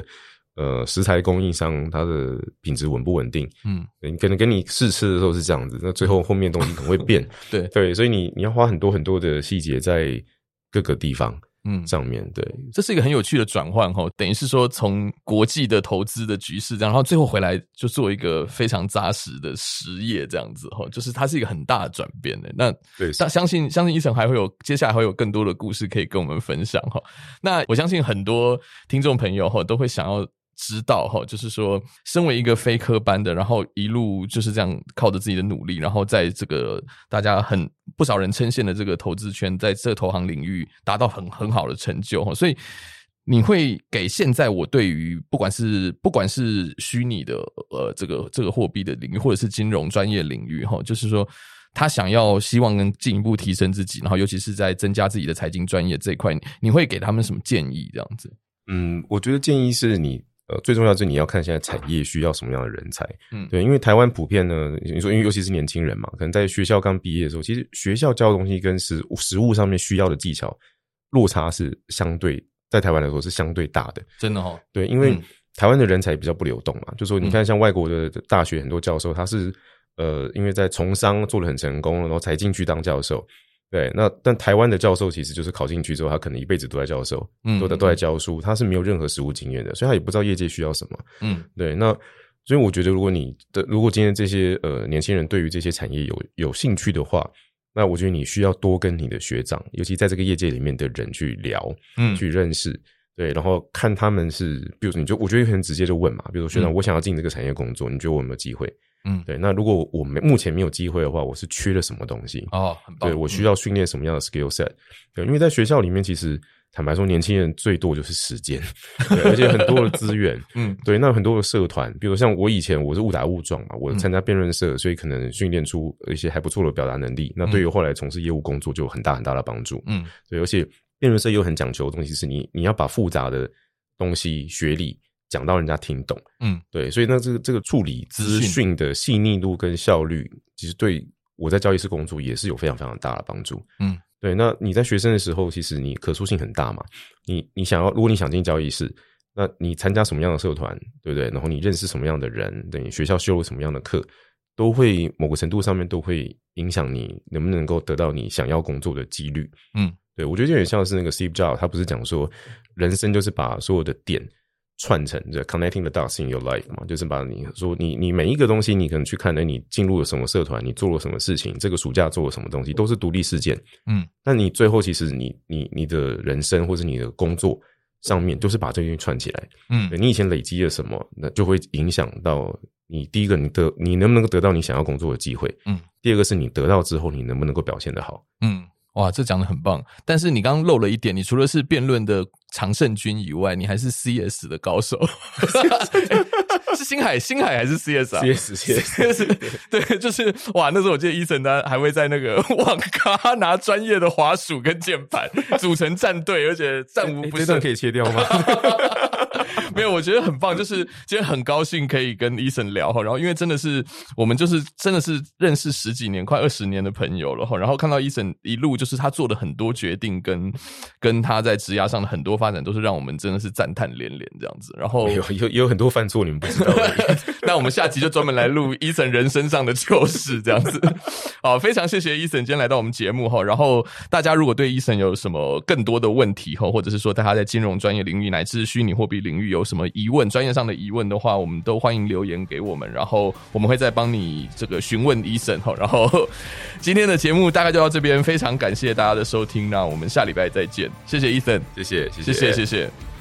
呃食材供应商它的品质稳不稳定，嗯，可能跟你试吃的时候是这样子，那最后后面东西可能会变， 对对，所以你你要花很多很多的细节在各个地方。嗯，上面对， 这是一个很有趣的转换哈，等于是说从国际的投资的局势这样，然后最后回来就做一个非常扎实的实业这样子哈，就是它是一个很大的转变的。那对， 相信相信Ethan还会有接下来会有更多的故事可以跟我们分享哈。那我相信很多听众朋友哈都会想要知道齁，就是说身为一个非科班的，然后一路就是这样靠着自己的努力，然后在这个大家很不少人称羡的这个投资圈，在这个投行领域达到很很好的成就齁。所以你会给现在我对于不管是不管是虚拟的呃这个这个货币的领域，或者是金融专业领域齁，就是说他想要希望能进一步提升自己，然后尤其是在增加自己的财经专业这一块，你会给他们什么建议这样子？ 嗯，我觉得建议是你呃，最重要是你要看现在产业需要什么样的人才。嗯，对，因为台湾普遍呢，你说因为尤其是年轻人嘛，可能在学校刚毕业的时候，其实学校教的东西跟实实务上面需要的技巧落差是相对，在台湾来说是相对大的。 真的哦。 对，因为台湾的人才比较不流动嘛，就说你看像外国的大学很多教授，他是呃，因为在从商做得很成功，然后才进去当教授。对，那但台湾的教授其实就是考进去之后，他可能一辈子都在教授，嗯，都在都在教书，他是没有任何实务经验的，所以他也不知道业界需要什么，嗯，对。那所以我觉得，如果你的如果今天这些呃年轻人对于这些产业有有兴趣的话，那我觉得你需要多跟你的学长，尤其在这个业界里面的人去聊，嗯，去认识，对，然后看他们是，比如说你就我觉得很直接就问嘛，比如说学长，我想要进这个产业工作，你觉得我有没有机会？嗯，对。那如果我没目前没有机会的话，我是缺了什么东西？哦，很棒。对，我需要训练什么样的 skill set？、嗯、对，因为在学校里面，其实坦白说，年轻人最多就是时间，对，而且很多的资源。嗯，对。那很多的社团，比如像我以前我是误打误撞嘛，我参加辩论社，所以可能训练出一些还不错的表达能力。那对于后来从事业务工作就有很大很大的帮助。嗯，对。而且辩论社又很讲求的东西是你你要把复杂的东西学理讲到人家听懂，嗯，对，所以那这个这个处理资讯的细腻度跟效率，其实对我在交易室工作也是有非常非常大的帮助，嗯，对。那你在学生的时候，其实你可塑性很大嘛，你你想要，如果你想进交易室，那你参加什么样的社团，对不对？然后你认识什么样的人，对你学校修了什么样的课，都会某个程度上面都会影响你能不能够得到你想要工作的几率，嗯，对。我觉得有点像是那个 Steve Jobs， 他不是讲说人生就是把所有的点串成这 connecting the dots in your life 嘛，就是把你说你你每一个东西，你可能去看，哎，你进入了什么社团，你做了什么事情，这个暑假做了什么东西，都是独立事件。嗯，但你最后其实你你你的人生或者你的工作上面，就是把这些东西串起来。嗯，你以前累积了什么，那就会影响到你第一个，你得你能不能够得到你想要工作的机会。嗯，第二个是你得到之后，你能不能够表现得好。嗯。 哇，这讲得很棒，但是你刚刚漏了一点，你除了是辩论的常胜军以外，你还是 C S 的高手。是星海星海还是 C S 啊 ？C S C S 对，就是哇，那时候我记得Ethan他还会在那个网咖拿专业的滑鼠跟键盘组成战队，而且战无不胜。 这段可以切掉吗？ 没有，我觉得很棒，就是今天很高兴可以跟 Ethan 聊，然后因为真的是我们就是真的是认识十几年快二十年的朋友了，然后看到 Ethan 一路就是他做的很多决定跟跟他在职涯上的很多发展都是让我们真的是赞叹连连这样子，然后有有有很多犯错你们不知道那我们下集就专门来录 Ethan 人生上的糗事这样子。好，非常谢谢 Ethan 今天来到我们节目，然后大家如果对 Ethan 有什么更多的问题，或者是说他在金融专业领域乃至虚拟货币领域有什么疑问，专业上的疑问的话，我们都欢迎留言给我们，然后我们会再帮你这个询问Ethan。然后今天的节目大概就到这边，非常感谢大家的收听，那我们下礼拜再见，谢谢 Ethan， 谢谢谢谢谢谢谢谢。